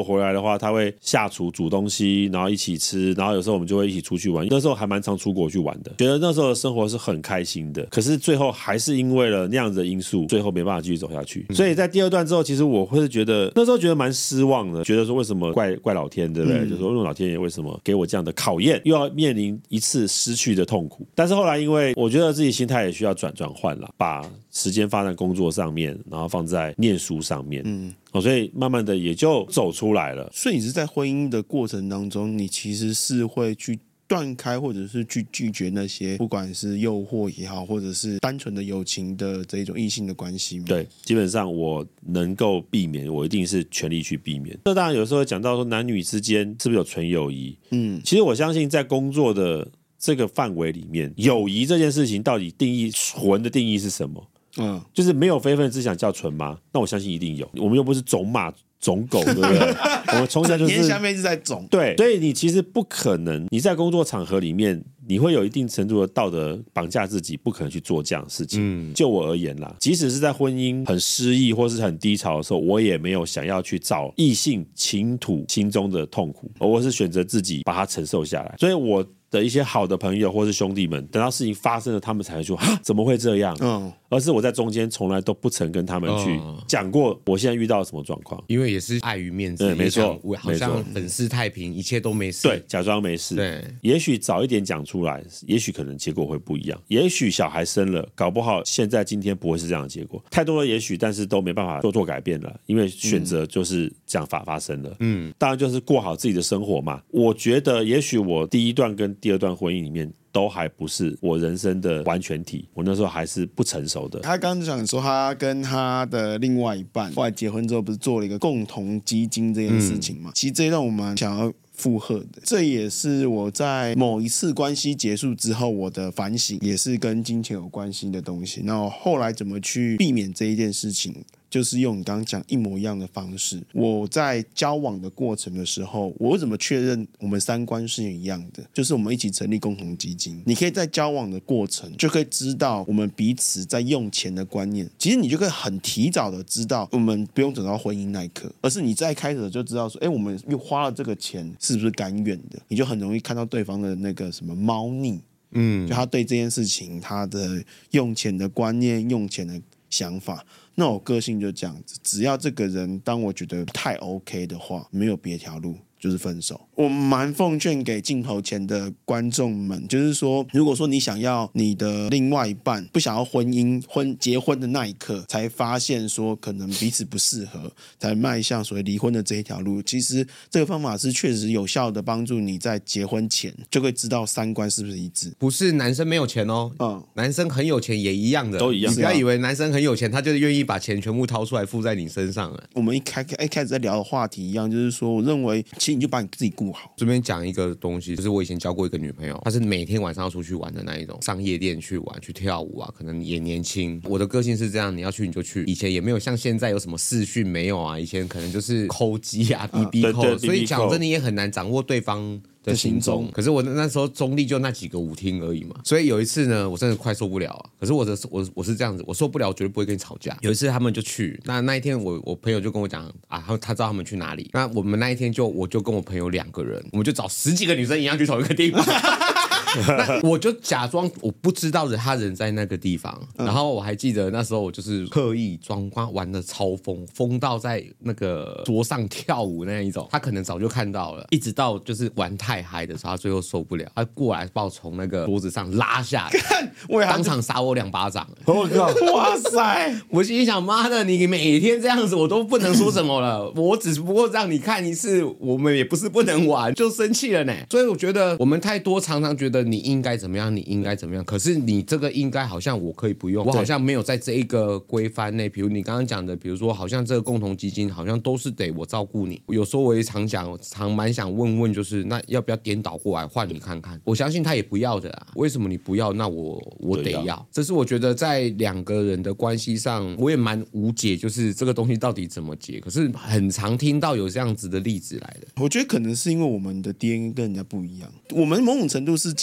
果回来的话，他会下厨煮东西，然后一起吃，然后有时候我们就会一起出去玩。那时候还蛮常出国去玩的，觉得那时候的生活是很开心的。可是最后还是因为了那样子的因素，最后没办法继续走下去。所以在第二段之后，其实我会觉得那时候觉得蛮失望的，觉得说为什么怪怪老天，对不对？嗯、就说老天爷为什么给我这样的考验，又要面临一次失去的痛苦。但是后来因为我觉得自己心态也需要转转换了，把时间放在工作上面，然后放在念书上面。嗯。哦，所以慢慢的也就走出来了。 所以你是在婚姻的过程当中，你其实是会去断开，或者是去拒绝那些不管是诱惑也好，或者是单纯的友情的这一种异性的关系吗？ 对，基本上我能够避免，我一定是全力去避免。这当然有时候会讲到说男女之间是不是有纯友谊？嗯，其实我相信在工作的这个范围里面，友谊这件事情到底定义纯的定义是什么？嗯，就是没有非分之想叫纯吗？那我相信一定有。我们又不是种马种狗，对不对？我们从小就是天下面是在种， 对，所以你其实不可能，你在工作场合里面，你会有一定程度的道德绑架自己，不可能去做这样的事情。嗯，就我而言啦，即使是在婚姻很失意或是很低潮的时候，我也没有想要去找异性倾吐心中的痛苦，我是选择自己把它承受下来。所以我的一些好的朋友或是兄弟们，等到事情发生了，他们才会说啊，怎么会这样？嗯，而是我在中间从来都不曾跟他们去讲过我现在遇到什么状况， 因为也是碍于面子， 对，没错， 好像粉饰太平，一切都没事， 对，假装没事， 对， 也许早一点讲出来，也许可能结果会不一样，也许小孩生了，搞不好现在今天不会是这样的结果，太多的也许，但是都没办法做做改变了，因为选择就是这样发发生了，嗯，当然就是过好自己的生活嘛。我觉得也许我第一段跟第二段婚姻里面都还不是我人生的完全体，我那时候还是不成熟的。 他刚刚讲说他跟他的另外一半后来结婚之后不是做了一个共同基金这件事情嘛、嗯、其实这一段我们想要附和的，这也是我在某一次关系结束之后我的反省，也是跟金钱有关系的东西。那我后来怎么去避免这一件事情，就是用你刚刚讲一模一样的方式。我在交往的过程的时候，我怎么确认我们三观是一样的，就是我们一起成立共同基金。你可以在交往的过程就可以知道我们彼此在用钱的观念，其实你就可以很提早的知道，我们不用等到婚姻那一刻，而是你在开始就知道说，哎，我们又花了这个钱是不是甘愿的，你就很容易看到对方的那个什么猫腻，嗯，就他对这件事情他的用钱的观念用钱的想法。那我个性就这样子，只要这个人当我觉得不太 OK 的话，没有别条路，就是分手。我蛮奉劝给镜头前的观众们，就是说如果说你想要你的另外一半不想要婚姻婚结婚的那一刻才发现说可能彼此不适合，才迈向所谓离婚的这一条路，其实这个方法是确实有效的帮助你在结婚前就会知道三观是不是一致。 不是男生没有钱哦，嗯，男生很有钱也一样的， 都一样。 你不要以为男生很有钱他就愿意把钱全部掏出来付在你身上了。 我们一开一开始在聊的话题一样，就是说我认为其实你就把你自己顾好。 这边讲一个东西，就是我以前交过一个女朋友，她是每天晚上要出去玩的那一种，上夜店去玩去跳舞啊，可能也年轻。我的个性是这样，你要去你就去，以前也没有像现在有什么视讯没有啊，以前可能就是抠机啊 B B 扣，所以讲真的也很难掌握对方的行踪。可是我那时候中立就那几个舞厅而已嘛，所以有一次呢，我真的快受不了啊。可是我的我我是这样子，我受不了，我绝对不会跟你吵架。有一次他们就去，那那一天我我朋友就跟我讲啊，他他知道他们去哪里。那我们那一天就我就跟我朋友两个人，我们就找十几个女生一样去同一个地方。那我就假装我不知道的他人在那个地方，然后我还记得那时候我就是刻意装光玩的超疯，疯到在那个桌上跳舞那一种，他可能早就看到了，一直到就是玩太嗨的时候，他最后受不了，他过来把我从那个桌子上拉下来，当场撒我两巴掌。 我靠！哇塞！ 我心里想，妈的，你每天这样子，我都不能说什么了。我只不过让你看一次，我们也不是不能玩，就生气了呢。所以我觉得我们太多常常觉得你应该怎么样，你应该怎么样，可是你这个应该好像我可以不用，我好像没有在这一个规范内。比如你刚刚讲的，比如说好像这个共同基金好像都是得我照顾你。有时候我也常讲，常蛮想问问，就是那要不要颠倒过来换你看看？我相信他也不要的啊，为什么你不要？那我我得要。这是我觉得在两个人的关系上，我也蛮无解，就是这个东西到底怎么解？可是很常听到有这样子的例子来的。 我觉得可能是因为我们的 D N A 跟人家不一样，我们某种程度是接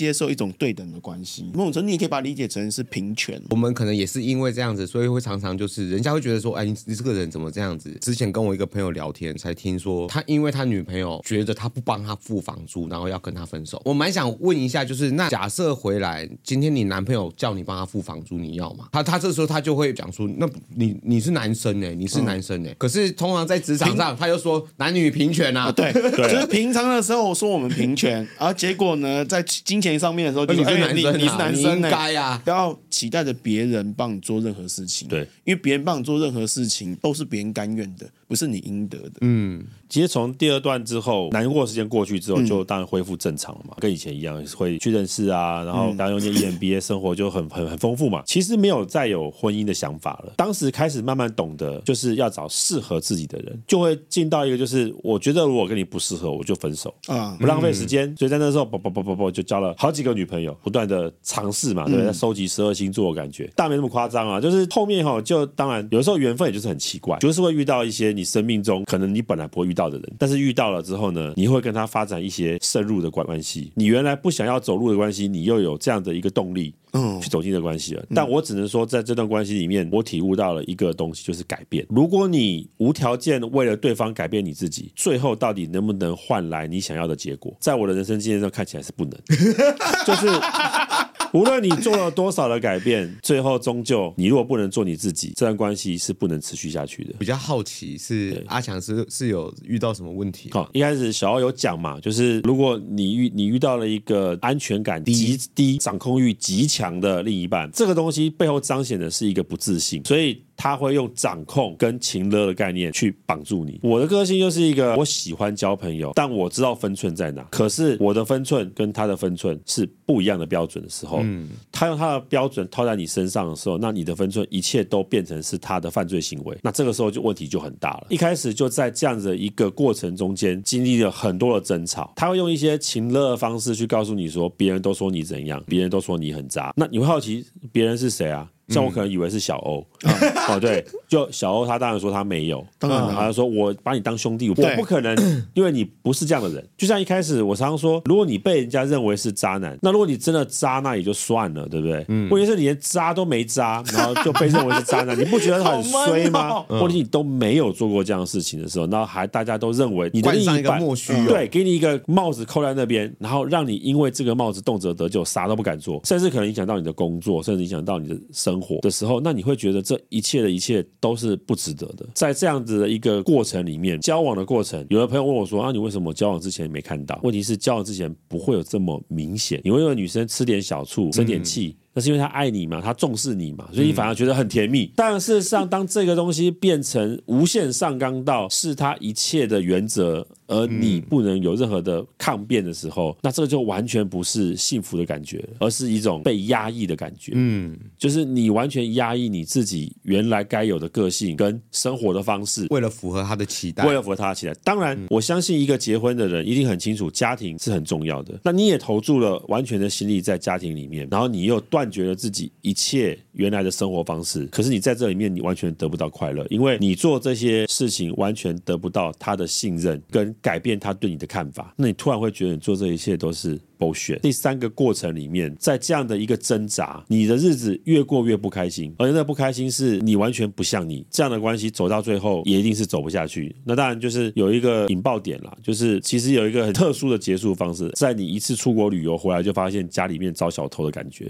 接受一种对等的关系，某种程度你也可以把它理解成是平权。 我们可能也是因为这样子，所以会常常就是人家会觉得说，哎，你你这个人怎么这样子？之前跟我一个朋友聊天，才听说他因为他女朋友觉得他不帮他付房租，然后要跟他分手。我蛮想问一下，就是那假设回来，今天你男朋友叫你帮他付房租，你要吗？他他这时候他就会讲说，那你你是男生哎、欸，你是男生哎、欸嗯，可是通常在职场上，他又说男女平权啊， 啊对，就是平常的时候说我们平权，然后结果呢，在金钱上面的时候就说， 你是男生、啊哎，你你是男生、欸， 你应该啊， 不要期待着别人帮你做任何事情， 对， 因为别人帮你做任何事情都是别人甘愿的，不是你应得的。 嗯， 其实从第二段之后，难过时间过去之后，就当然恢复正常了嘛，跟以前一样会去认识啊，然后大家用念 E M B A 生活就很很很丰富嘛。其实没有再有婚姻的想法了，当时开始慢慢懂得，就是要找适合自己的人，就会进到一个就是我觉得如果跟你不适合，我就分手啊，不浪费时间。所以在那时候，啵啵啵啵啵就交了好几个女朋友，不断的尝试嘛，对不对？在收集十二星座的感觉，但没那么夸张啊。就是后面哈，就当然有的时候缘分也就是很奇怪，就是会遇到一些你生命中可能你本来不会遇到的人，但是遇到了之后呢，你会跟他发展一些深入的关系。你原来不想要走入的关系，你又有这样的一个动力。嗯，去走进这关系了，但我只能说，在这段关系里面，我体悟到了一个东西，就是改变。如果你无条件为了对方改变你自己，最后到底能不能换来你想要的结果？在我的人生经验上看起来是不能，就是无论你做了多少的改变，最后终究你如果不能做你自己，这段关系是不能持续下去的。 比较好奇是阿强是是有遇到什么问题？ 好，一开始小欧有讲嘛，就是如果你遇你遇到了一个安全感极低、掌控欲极强的另一半，这个东西背后彰显的是一个不自信，所以他会用掌控跟情勒的概念去绑住你。我的个性就是一个我喜欢交朋友，但我知道分寸在哪，可是我的分寸跟他的分寸是不一样的标准的时候，嗯，他用他的标准套在你身上的时候，那你的分寸一切都变成是他的犯罪行为，那这个时候就问题就很大了。一开始就在这样子的一个过程中间经历了很多的争吵，他会用一些情勒的方式去告诉你说，别人都说你怎样，别人都说你很渣，那你会好奇别人是谁啊？像我可能以为是小欧，嗯、哦对，就小欧他当然说他没有，当然、嗯、他说我把你当兄弟，我不可能，因为你不是这样的人。就像一开始我常常说，如果你被人家认为是渣男，那如果你真的渣，那也就算了，对不对？嗯、问题是你连渣都没渣，然后就被认为是渣男，你不觉得很衰吗？或者、哦、你都没有做过这样的事情的时候，然后还大家都认为你的另一半莫须有， 对，给你一个帽子扣在那边，然后让你因为这个帽子动辄得咎，啥都不敢做，甚至可能影响到你的工作，甚至影响到你的生活的时候，那你会觉得这一切的一切都是不值得的。在这样子的一个过程里面，交往的过程，有的朋友问我说啊，你为什么交往之前没看到？问题是交往之前不会有这么明显，你会因为女生吃点小醋生点气、嗯，那是因为他爱你嘛，他重视你嘛，所以你反而觉得很甜蜜。但事实上，当这个东西变成无限上纲到是他一切的原则，而你不能有任何的抗辩的时候，那这个就完全不是幸福的感觉，而是一种被压抑的感觉。嗯，就是你完全压抑你自己原来该有的个性跟生活的方式， 为了符合他的期待， 为了符合他的期待。当然，我相信一个结婚的人一定很清楚，家庭是很重要的。那你也投注了完全的心力在家庭里面，然后你又断绝了自己一切原来的生活方式，可是你在这里面你完全得不到快乐，因为你做这些事情完全得不到他的信任跟改变他对你的看法，那你突然会觉得你做这一切都是bullshit。第三个过程里面，在这样的一个挣扎，你的日子越过越不开心，而且那不开心是你完全不像你，这样的关系走到最后也一定是走不下去。那当然就是有一个引爆点啦，就是其实有一个很特殊的结束方式，在你一次出国旅游回来就发现家里面遭小偷的感觉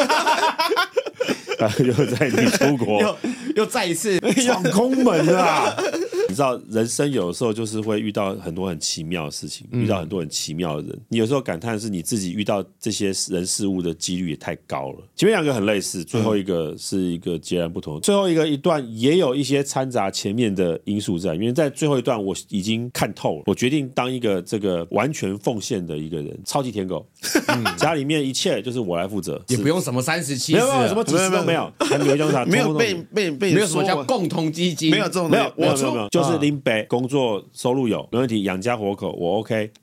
又在你出国又, 又再一次闯空门啊你知道人生有的时候就是会遇到很多很奇妙的事情、嗯、遇到很多很奇妙的人，你有时候感叹是你自己遇到这些人事物的几率也太高了。前面两个很类似，最后一个是一个截然不同、嗯、最后一个一段也有一些掺杂前面的因素在，因为在最后一段我已经看透了，我决定当一个这个完全奉献的一个人，超级舔狗、嗯、家里面一切就是我来负责， 也不用什么三十七十， 没有什么几十都没有，还没有叫啥， 没有被被被没有什么叫共同基金， 没有这种， 没有没有没有，就是林北工作收入有没问题，养家活口我 OK，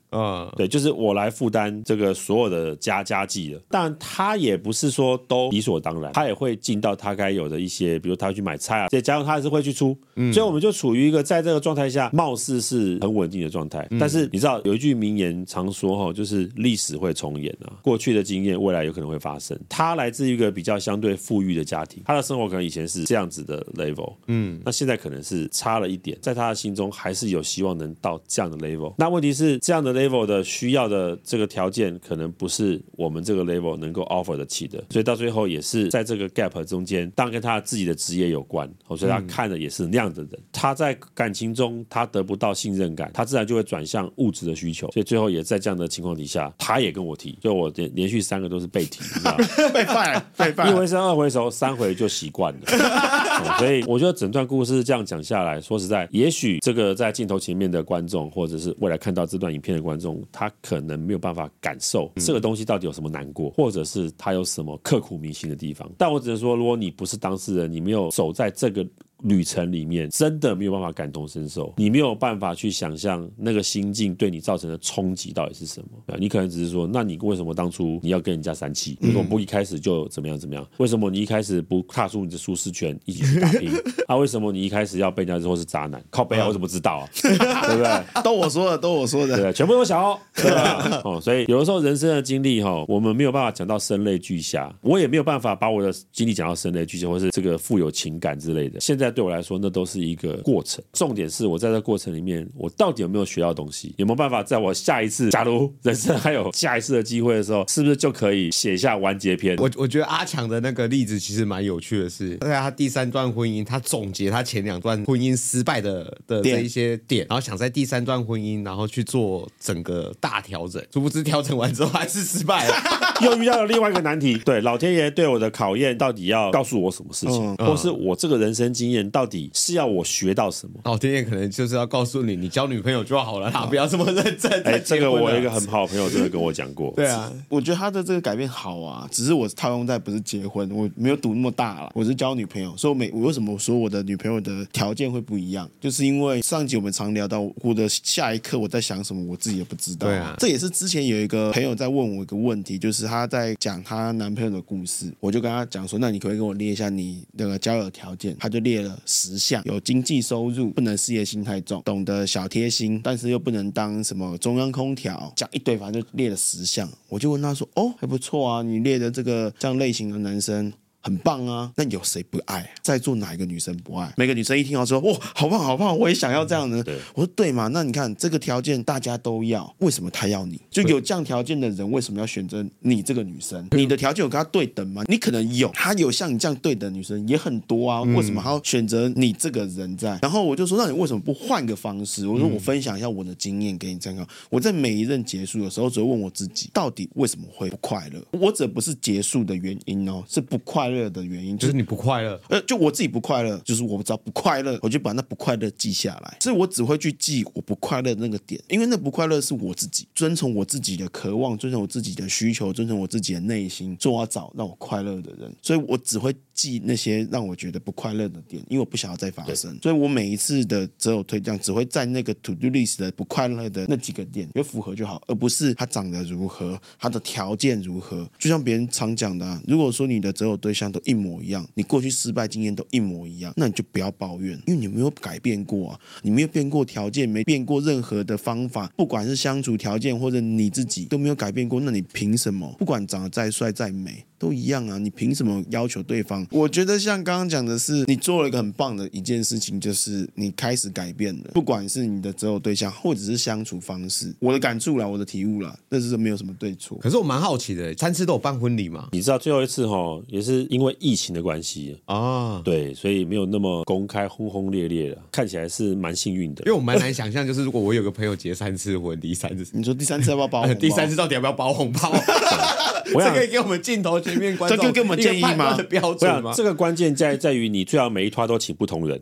嗯，对，就是我来负担这个所有的家家计了。但他也不是说都理所当然，他也会尽到他该有的一些，比如他去买菜啊，这些家用他还是会去出。嗯，所以我们就处于一个在这个状态下，貌似是很稳定的状态。嗯、但是你知道有一句名言常说哈，就是历史会重演啊，过去的经验未来有可能会发生。他来自一个比较相对富裕的家庭，他的生活可能以前是这样子的 level， 嗯，那现在可能是差了一点，在他的心中还是有希望能到这样的 level。那问题是这样的 level 的需要的这个条件，可能不是我们这个 level 能够 offer 得起的，所以到最后也是在这个 gap 中间，当然跟他自己的职业有关，所以他看的也是那样的人。嗯、他在感情中他得不到信任感，他自然就会转向物质的需求，所以最后也在这样的情况底下，他也跟我提，就我连连续三个都是被提，你知道吗？ 被犯，被犯， 一回生二回熟，三回就习惯了。嗯、所以我觉得整段故事这样讲下来，说实在，也许这个在镜头前面的观众，或者是未来看到这段影片的观众，他可能没有办法感受这个东西到底有什么难过，或者是他有什么刻骨铭心的地方。但我只能说，如果你不是当事人，你没有走在这个旅程里面，真的没有办法感同身受，你没有办法去想象那个心境对你造成的冲击到底是什么。你可能只是说，那你为什么当初你要跟人家三七？为什么不一开始就怎么样怎么样？为什么你一开始不踏出你的舒适圈一起去打拼？啊，为什么你一开始要被人家说是渣男？靠背啊，我怎么知道啊？对不对？ 都我说的，都我说的， 对，全部都小哦，对吧？哦，所以有的时候人生的经历哈，我们没有办法讲到声泪俱下，我也没有办法把我的经历讲到声泪俱下，或是这个富有情感之类的。现在对我来说，那都是一个过程。重点是我在这个过程里面，我到底有没有学到东西？有没有办法在我下一次，假如人生还有下一次的机会的时候，是不是就可以写下完结篇？ 我我觉得阿强的那个例子其实蛮有趣的是，在他第三段婚姻，他总结他前两段婚姻失败的的这一些点，然后想在第三段婚姻，然后去做整个大调整，殊不知调整完之后还是失败了。 又遇到了另外一个难题，对，老天爷对我的考验到底要告诉我什么事情，嗯、或是我这个人生经验到底是要我学到什么？ 老天爷可能就是要告诉你，你交女朋友就好了啦，不要这么认真。 哎、欸，这个我有一个很好的朋友真的跟我讲过。 对啊，我觉得他的这个改变好啊，只是我套用在不是结婚，我没有赌那么大了，我是交女朋友，所以我每我为什么说我的女朋友的条件会不一样，就是因为上集我们常聊到我的下一刻我在想什么，我自己也不知道。 对啊， 这也是之前有一个朋友在问我一个问题，就是他在讲她男朋友的故事，我就跟他讲说，那你可不可以跟我列一下你那个交友条件？他就列了十项，有经济收入，不能事业心太重，懂得小贴心，但是又不能当什么中央空调，讲一堆，反正就列了十项。我就问他说，哦，还不错啊，你列的这个这样类型的男生很棒啊，那有谁不爱？在座哪一个女生不爱？每个女生一听到说，哇，好棒好棒，我也想要这样的。我说对嘛，那你看这个条件大家都要，为什么他要你？就有这样条件的人，为什么要选择你这个女生？你的条件有跟他对等吗？你可能有，他有像你这样对等的女生也很多啊，为什么还要选择你这个人在？然后我就说，那你为什么不换个方式？我说我分享一下我的经验给你参考。我在每一任结束的时候，只会问我自己，到底为什么会不快乐？我指的不是结束的原因哦，是不快乐的原因， 就是你不快乐。 呃，就我自己不快乐，就是我只要不快乐，我就把那不快乐记下来。所以我只会去记我不快乐的那个点，因为那不快乐是我自己遵从我自己的渴望，遵从我自己的需求，遵从我自己的内心，做我要找让我快乐的人。所以我只会记那些让我觉得不快乐的点，因为我不想要再发生。所以我每一次的择偶推荐只会在那个 to do list 的不快乐的那几个点有符合就好，而不是他长得如何，他的条件如何。就像别人常讲的、啊，如果说你的择偶对象都一模一样，你过去失败经验都一模一样，那你就不要抱怨，因为你没有改变过啊，你没有变过条件，没变过任何的方法，不管是相处条件或者你自己都没有改变过，那你凭什么？不管长得再帅再美都一样啊，你凭什么要求对方？我觉得像刚刚讲的是，你做了一个很棒的一件事情，就是你开始改变了，不管是你的择偶对象或者是相处方式。我的感触啦，我的体悟啦，但是没有什么对错。 可是我蛮好奇的，三次都有办婚礼吗？ 你知道最后一次齁，也是因为疫情的关系啊，对，所以没有那么公开轰轰烈烈了，看起来是蛮幸运的。 因为我蛮难想象，就是如果我有个朋友结三次婚，第三次， 你说第三次要不要包红包？ 第三次到底要不要包红包？ 我这可以给我们镜头全面观众， 这给我们建议吗？ 的标准吗？ 这个关键在在于你最好每一团都请不同人，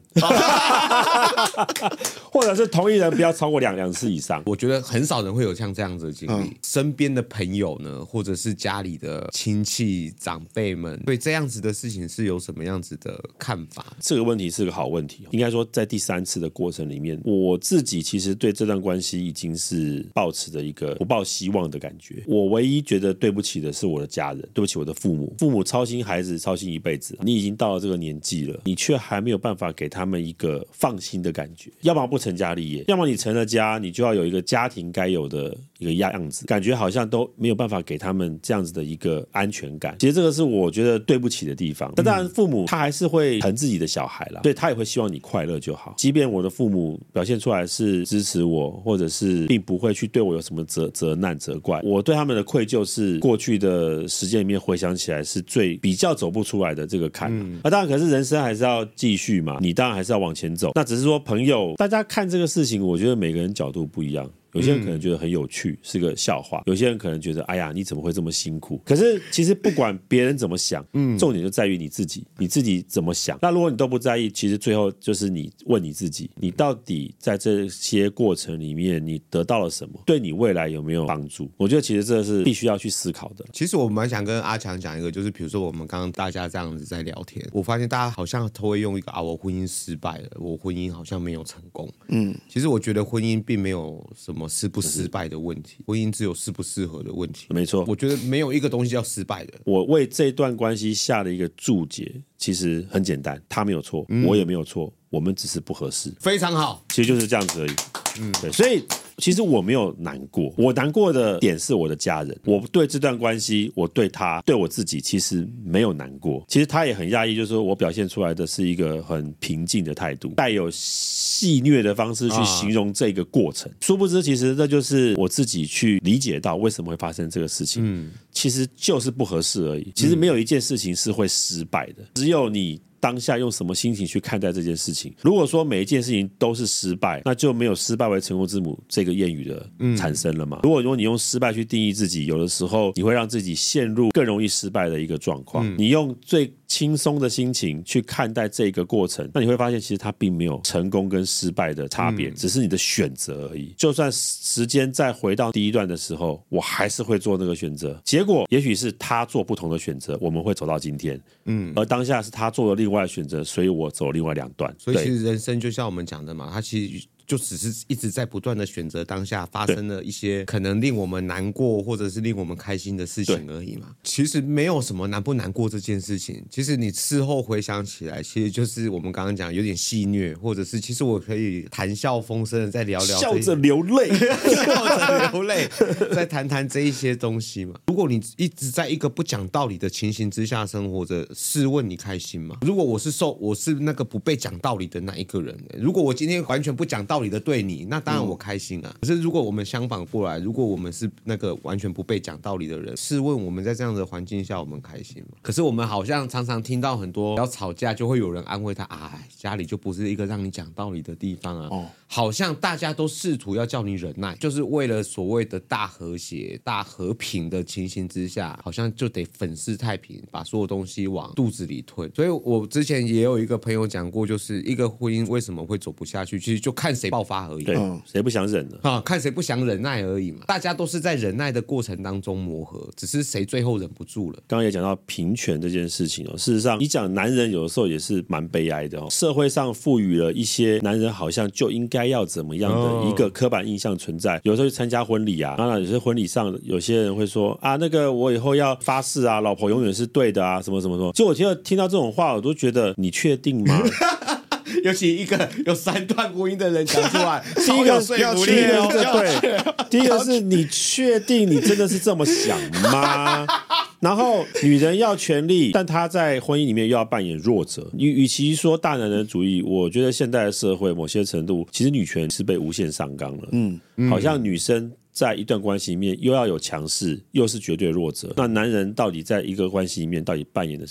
或者是同一人不要超过两两次以上。 我觉得很少人会有像这样子的经历。嗯、身边的朋友呢，或者是家里的亲戚长辈们，对这样子的事情是有什么样子的看法？ 这个问题是个好问题。应该说，在第三次的过程里面，我自己其实对这段关系已经是抱持着一个不抱希望的感觉。我唯一觉得对不起的是我的家人，对不起我的父母。父母操心孩子，操心一辈子。你已经到了这个年纪了，你却还没有办法给他们一个放心的感觉。要么不成家立业，要么你成了家，你就要有一个家庭该有的一个样子，感觉好像都没有办法给他们这样子的一个安全感。其实这个是我觉得对不起的地方。但当然，父母他还是会疼自己的小孩啦，所以他也会希望你快乐就好。即便我的父母表现出来是支持我，或者是并不会去对我有什么责责难责怪，我对他们的愧疚是过去的时间里面回想起来是最比较走不出来的这个坎。嗯，那当然，可是人生还是要继续嘛，你当然还是要往前走。那只是说朋友，大家看这个事情，我觉得每个人角度不一样。有些人可能觉得很有趣，是个笑话；有些人可能觉得，哎呀，你怎么会这么辛苦？可是其实不管别人怎么想，嗯，重点就在于你自己，你自己怎么想。那如果你都不在意，其实最后就是你问你自己，你到底在这些过程里面，你得到了什么？对你未来有没有帮助？我觉得其实这是必须要去思考的。 其实我蛮想跟阿强讲一个，就是比如说我们刚刚大家这样子在聊天，我发现大家好像都会用一个啊，我婚姻失败了，我婚姻好像没有成功。嗯，其实我觉得婚姻并没有什么失不失败的问题，婚姻只有适不适合的问题。 没错， 我觉得没有一个东西叫失败的。 我为这段关系下了一个注解，其实很简单，他没有错，嗯、我也没有错，我们只是不合适。 非常好， 其实就是这样子而已。嗯，对，所以其实我没有难过，我难过的点是我的家人。我对这段关系，我对他，对我自己，其实没有难过。其实他也很讶异，就是说我表现出来的是一个很平静的态度，带有戏谑的方式去形容这个过程。啊、殊不知，其实这就是我自己去理解到为什么会发生这个事情。嗯，其实就是不合适而已。其实没有一件事情是会失败的，只有你当下用什么心情去看待这件事情。如果说每一件事情都是失败，那就没有失败为成功之母这个谚语的产生了嘛。嗯、如果如果你用失败去定义自己，有的时候你会让自己陷入更容易失败的一个状况。嗯、你用最轻松的心情去看待这个过程，那你会发现其实它并没有成功跟失败的差别，嗯、只是你的选择而已。就算时间再回到第一段的时候，我还是会做那个选择，结果也许是他做不同的选择，我们会走到今天。嗯，而当下是他做了另外的选择，所以我走另外两段。 所以其实人生就像我们讲的嘛，他其实就只是一直在不断的选择当下发生了一些可能令我们难过或者是令我们开心的事情而已嘛。其实没有什么难不难过这件事情，其实你事后回想起来，其实就是我们刚刚讲有点戏谑，或者是其实我可以谈笑风生的再聊聊， 笑着流泪笑着流泪再谈谈这一些东西嘛。如果你一直在一个不讲道理的情形之下生活着，试问你开心吗？如果我是受我是那个不被讲道理的那一个人，如果我今天完全不讲道理道理的对你，那当然我开心啊。嗯、可是如果我们相反过来，如果我们是那个完全不被讲道理的人，试问我们在这样的环境下，我们开心吗？可是我们好像常常听到很多要吵架，就会有人安慰他啊，家里就不是一个让你讲道理的地方啊。哦，好像大家都试图要叫你忍耐，就是为了所谓的大和谐、大和平的情形之下，好像就得粉饰太平，把所有东西往肚子里吞。所以我之前也有一个朋友讲过，就是一个婚姻为什么会走不下去，其实就看谁爆发而已。 对，谁不想忍呢？ 啊，看谁不想忍耐而已嘛。大家都是在忍耐的过程当中磨合，只是谁最后忍不住了。 刚刚也讲到平权这件事情哦，事实上，你讲男人有的时候也是蛮悲哀的哦。社会上赋予了一些男人好像就应该要怎么样的一个刻板印象存在。有时候去参加婚礼啊，当然有些婚礼上有些人会说啊，那个我以后要发誓啊，老婆永远是对的啊，什么什么什么。就我听到听到这种话，我都觉得你确定吗？ 尤其一个有三段婚姻的人讲出来， 第一个要确哦，对，第一个是你确定你真的是这么想吗？然后女人要权利，但她在婚姻里面又要扮演弱者。与与其说大男人主义，我觉得现代的社会某些程度，其实女权是被无限上纲了。嗯，好像女生在一段关系里面又要有强势，又是绝对弱者。那男人到底在一个关系里面到底扮演的是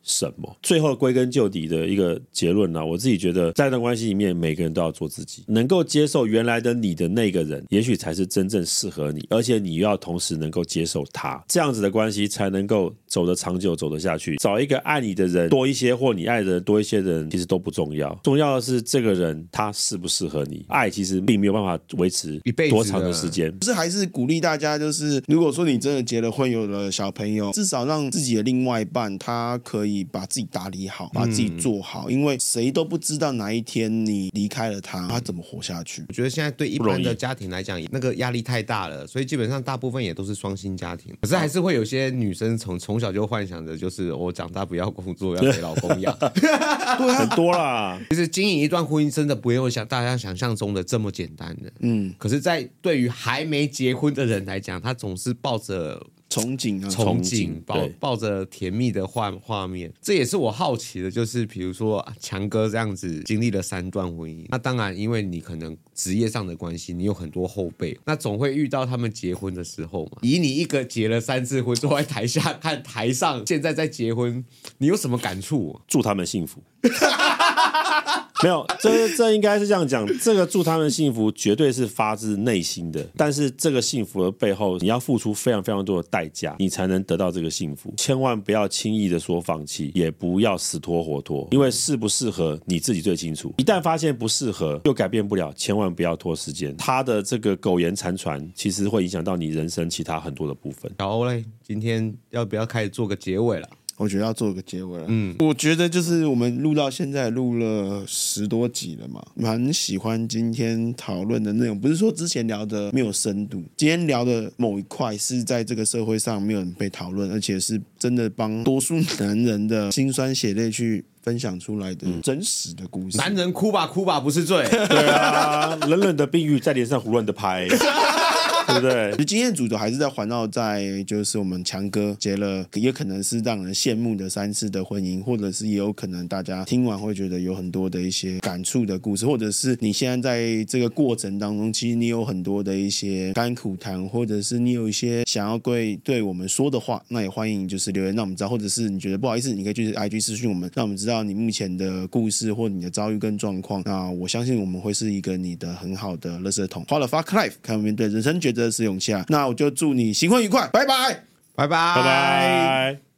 什么？最后归根究底的一个结论呢、啊，我自己觉得在一段关系里面，每个人都要做自己，能够接受原来的你的那个人，也许才是真正适合你，而且你又要同时能够接受他，这样子的关系才能够走得长久，走得下去。找一个爱你的人多一些，或你爱的人多一些的人，其实都不重要，重要的是这个人他适不适合你。爱其实并没有办法维持多长的时间， 就是还是鼓励大家，就是如果说你真的结了婚，有了小朋友，至少让自己的另外一半他可以把自己打理好，把自己做好，嗯、因为谁都不知道哪一天你离开了他，他怎么活下去。 我觉得现在对一般的家庭来讲，那个压力太大了，所以基本上大部分也都是双薪家庭。可是还是会有些女生从从小就幻想着，就是我长大不要工作，要给老公养。 对，很多啦。 其实经营一段婚姻真的不用像大家想象中的这么简单的。嗯，可是，在对于还没结婚的人来讲，他总是抱着憧憬啊， 憧憬，抱抱着甜蜜的画画面。这也是我好奇的，就是比如说强哥这样子经历了三段婚姻，那当然因为你可能职业上的关系，你有很多后辈，那总会遇到他们结婚的时候嘛。以你一个结了三次婚，坐在台下看台上现在在结婚，你有什么感触？ 祝他们幸福。没有，这这应该是这样讲，这个祝他们幸福绝对是发自内心的，但是这个幸福的背后，你要付出非常非常多的代价，你才能得到这个幸福。千万不要轻易的说放弃，也不要死拖活拖，因为适不适合你自己最清楚。一旦发现不适合又改变不了，千万不要拖时间。他的这个苟延残喘，其实会影响到你人生其他很多的部分。 小欧嘞，今天要不要开始做个结尾了？ 我觉得要做个结尾了。嗯，我觉得就是我们录到现在录了十多集了嘛，蛮喜欢今天讨论的内容。不是说之前聊的没有深度，今天聊的某一块是在这个社会上没有人被讨论，而且是真的帮多数男人的辛酸血泪去分享出来的真实的故事。 男人哭吧哭吧不是罪。 对啊，冷冷的冰雨在脸上胡乱的拍。对不对？ 今天的主轴还是在环绕在，就是我们强哥结了，也可能是让人羡慕的三次的婚姻，或者是也有可能大家听完会觉得有很多的一些感触的故事，或者是你现在在这个过程当中，其实你有很多的一些甘苦谈，或者是你有一些想要对对我们说的话，那也欢迎就是留言让我们知道，或者是你觉得不好意思，你可以去 I G 私讯我们，让我们知道你目前的故事或你的遭遇跟状况。那我相信我们会是一个你的很好的垃圾桶。花了 fuck life， 看我面对人生抉择的使用下，那我就祝你新婚愉快，拜拜， 拜拜， 拜拜。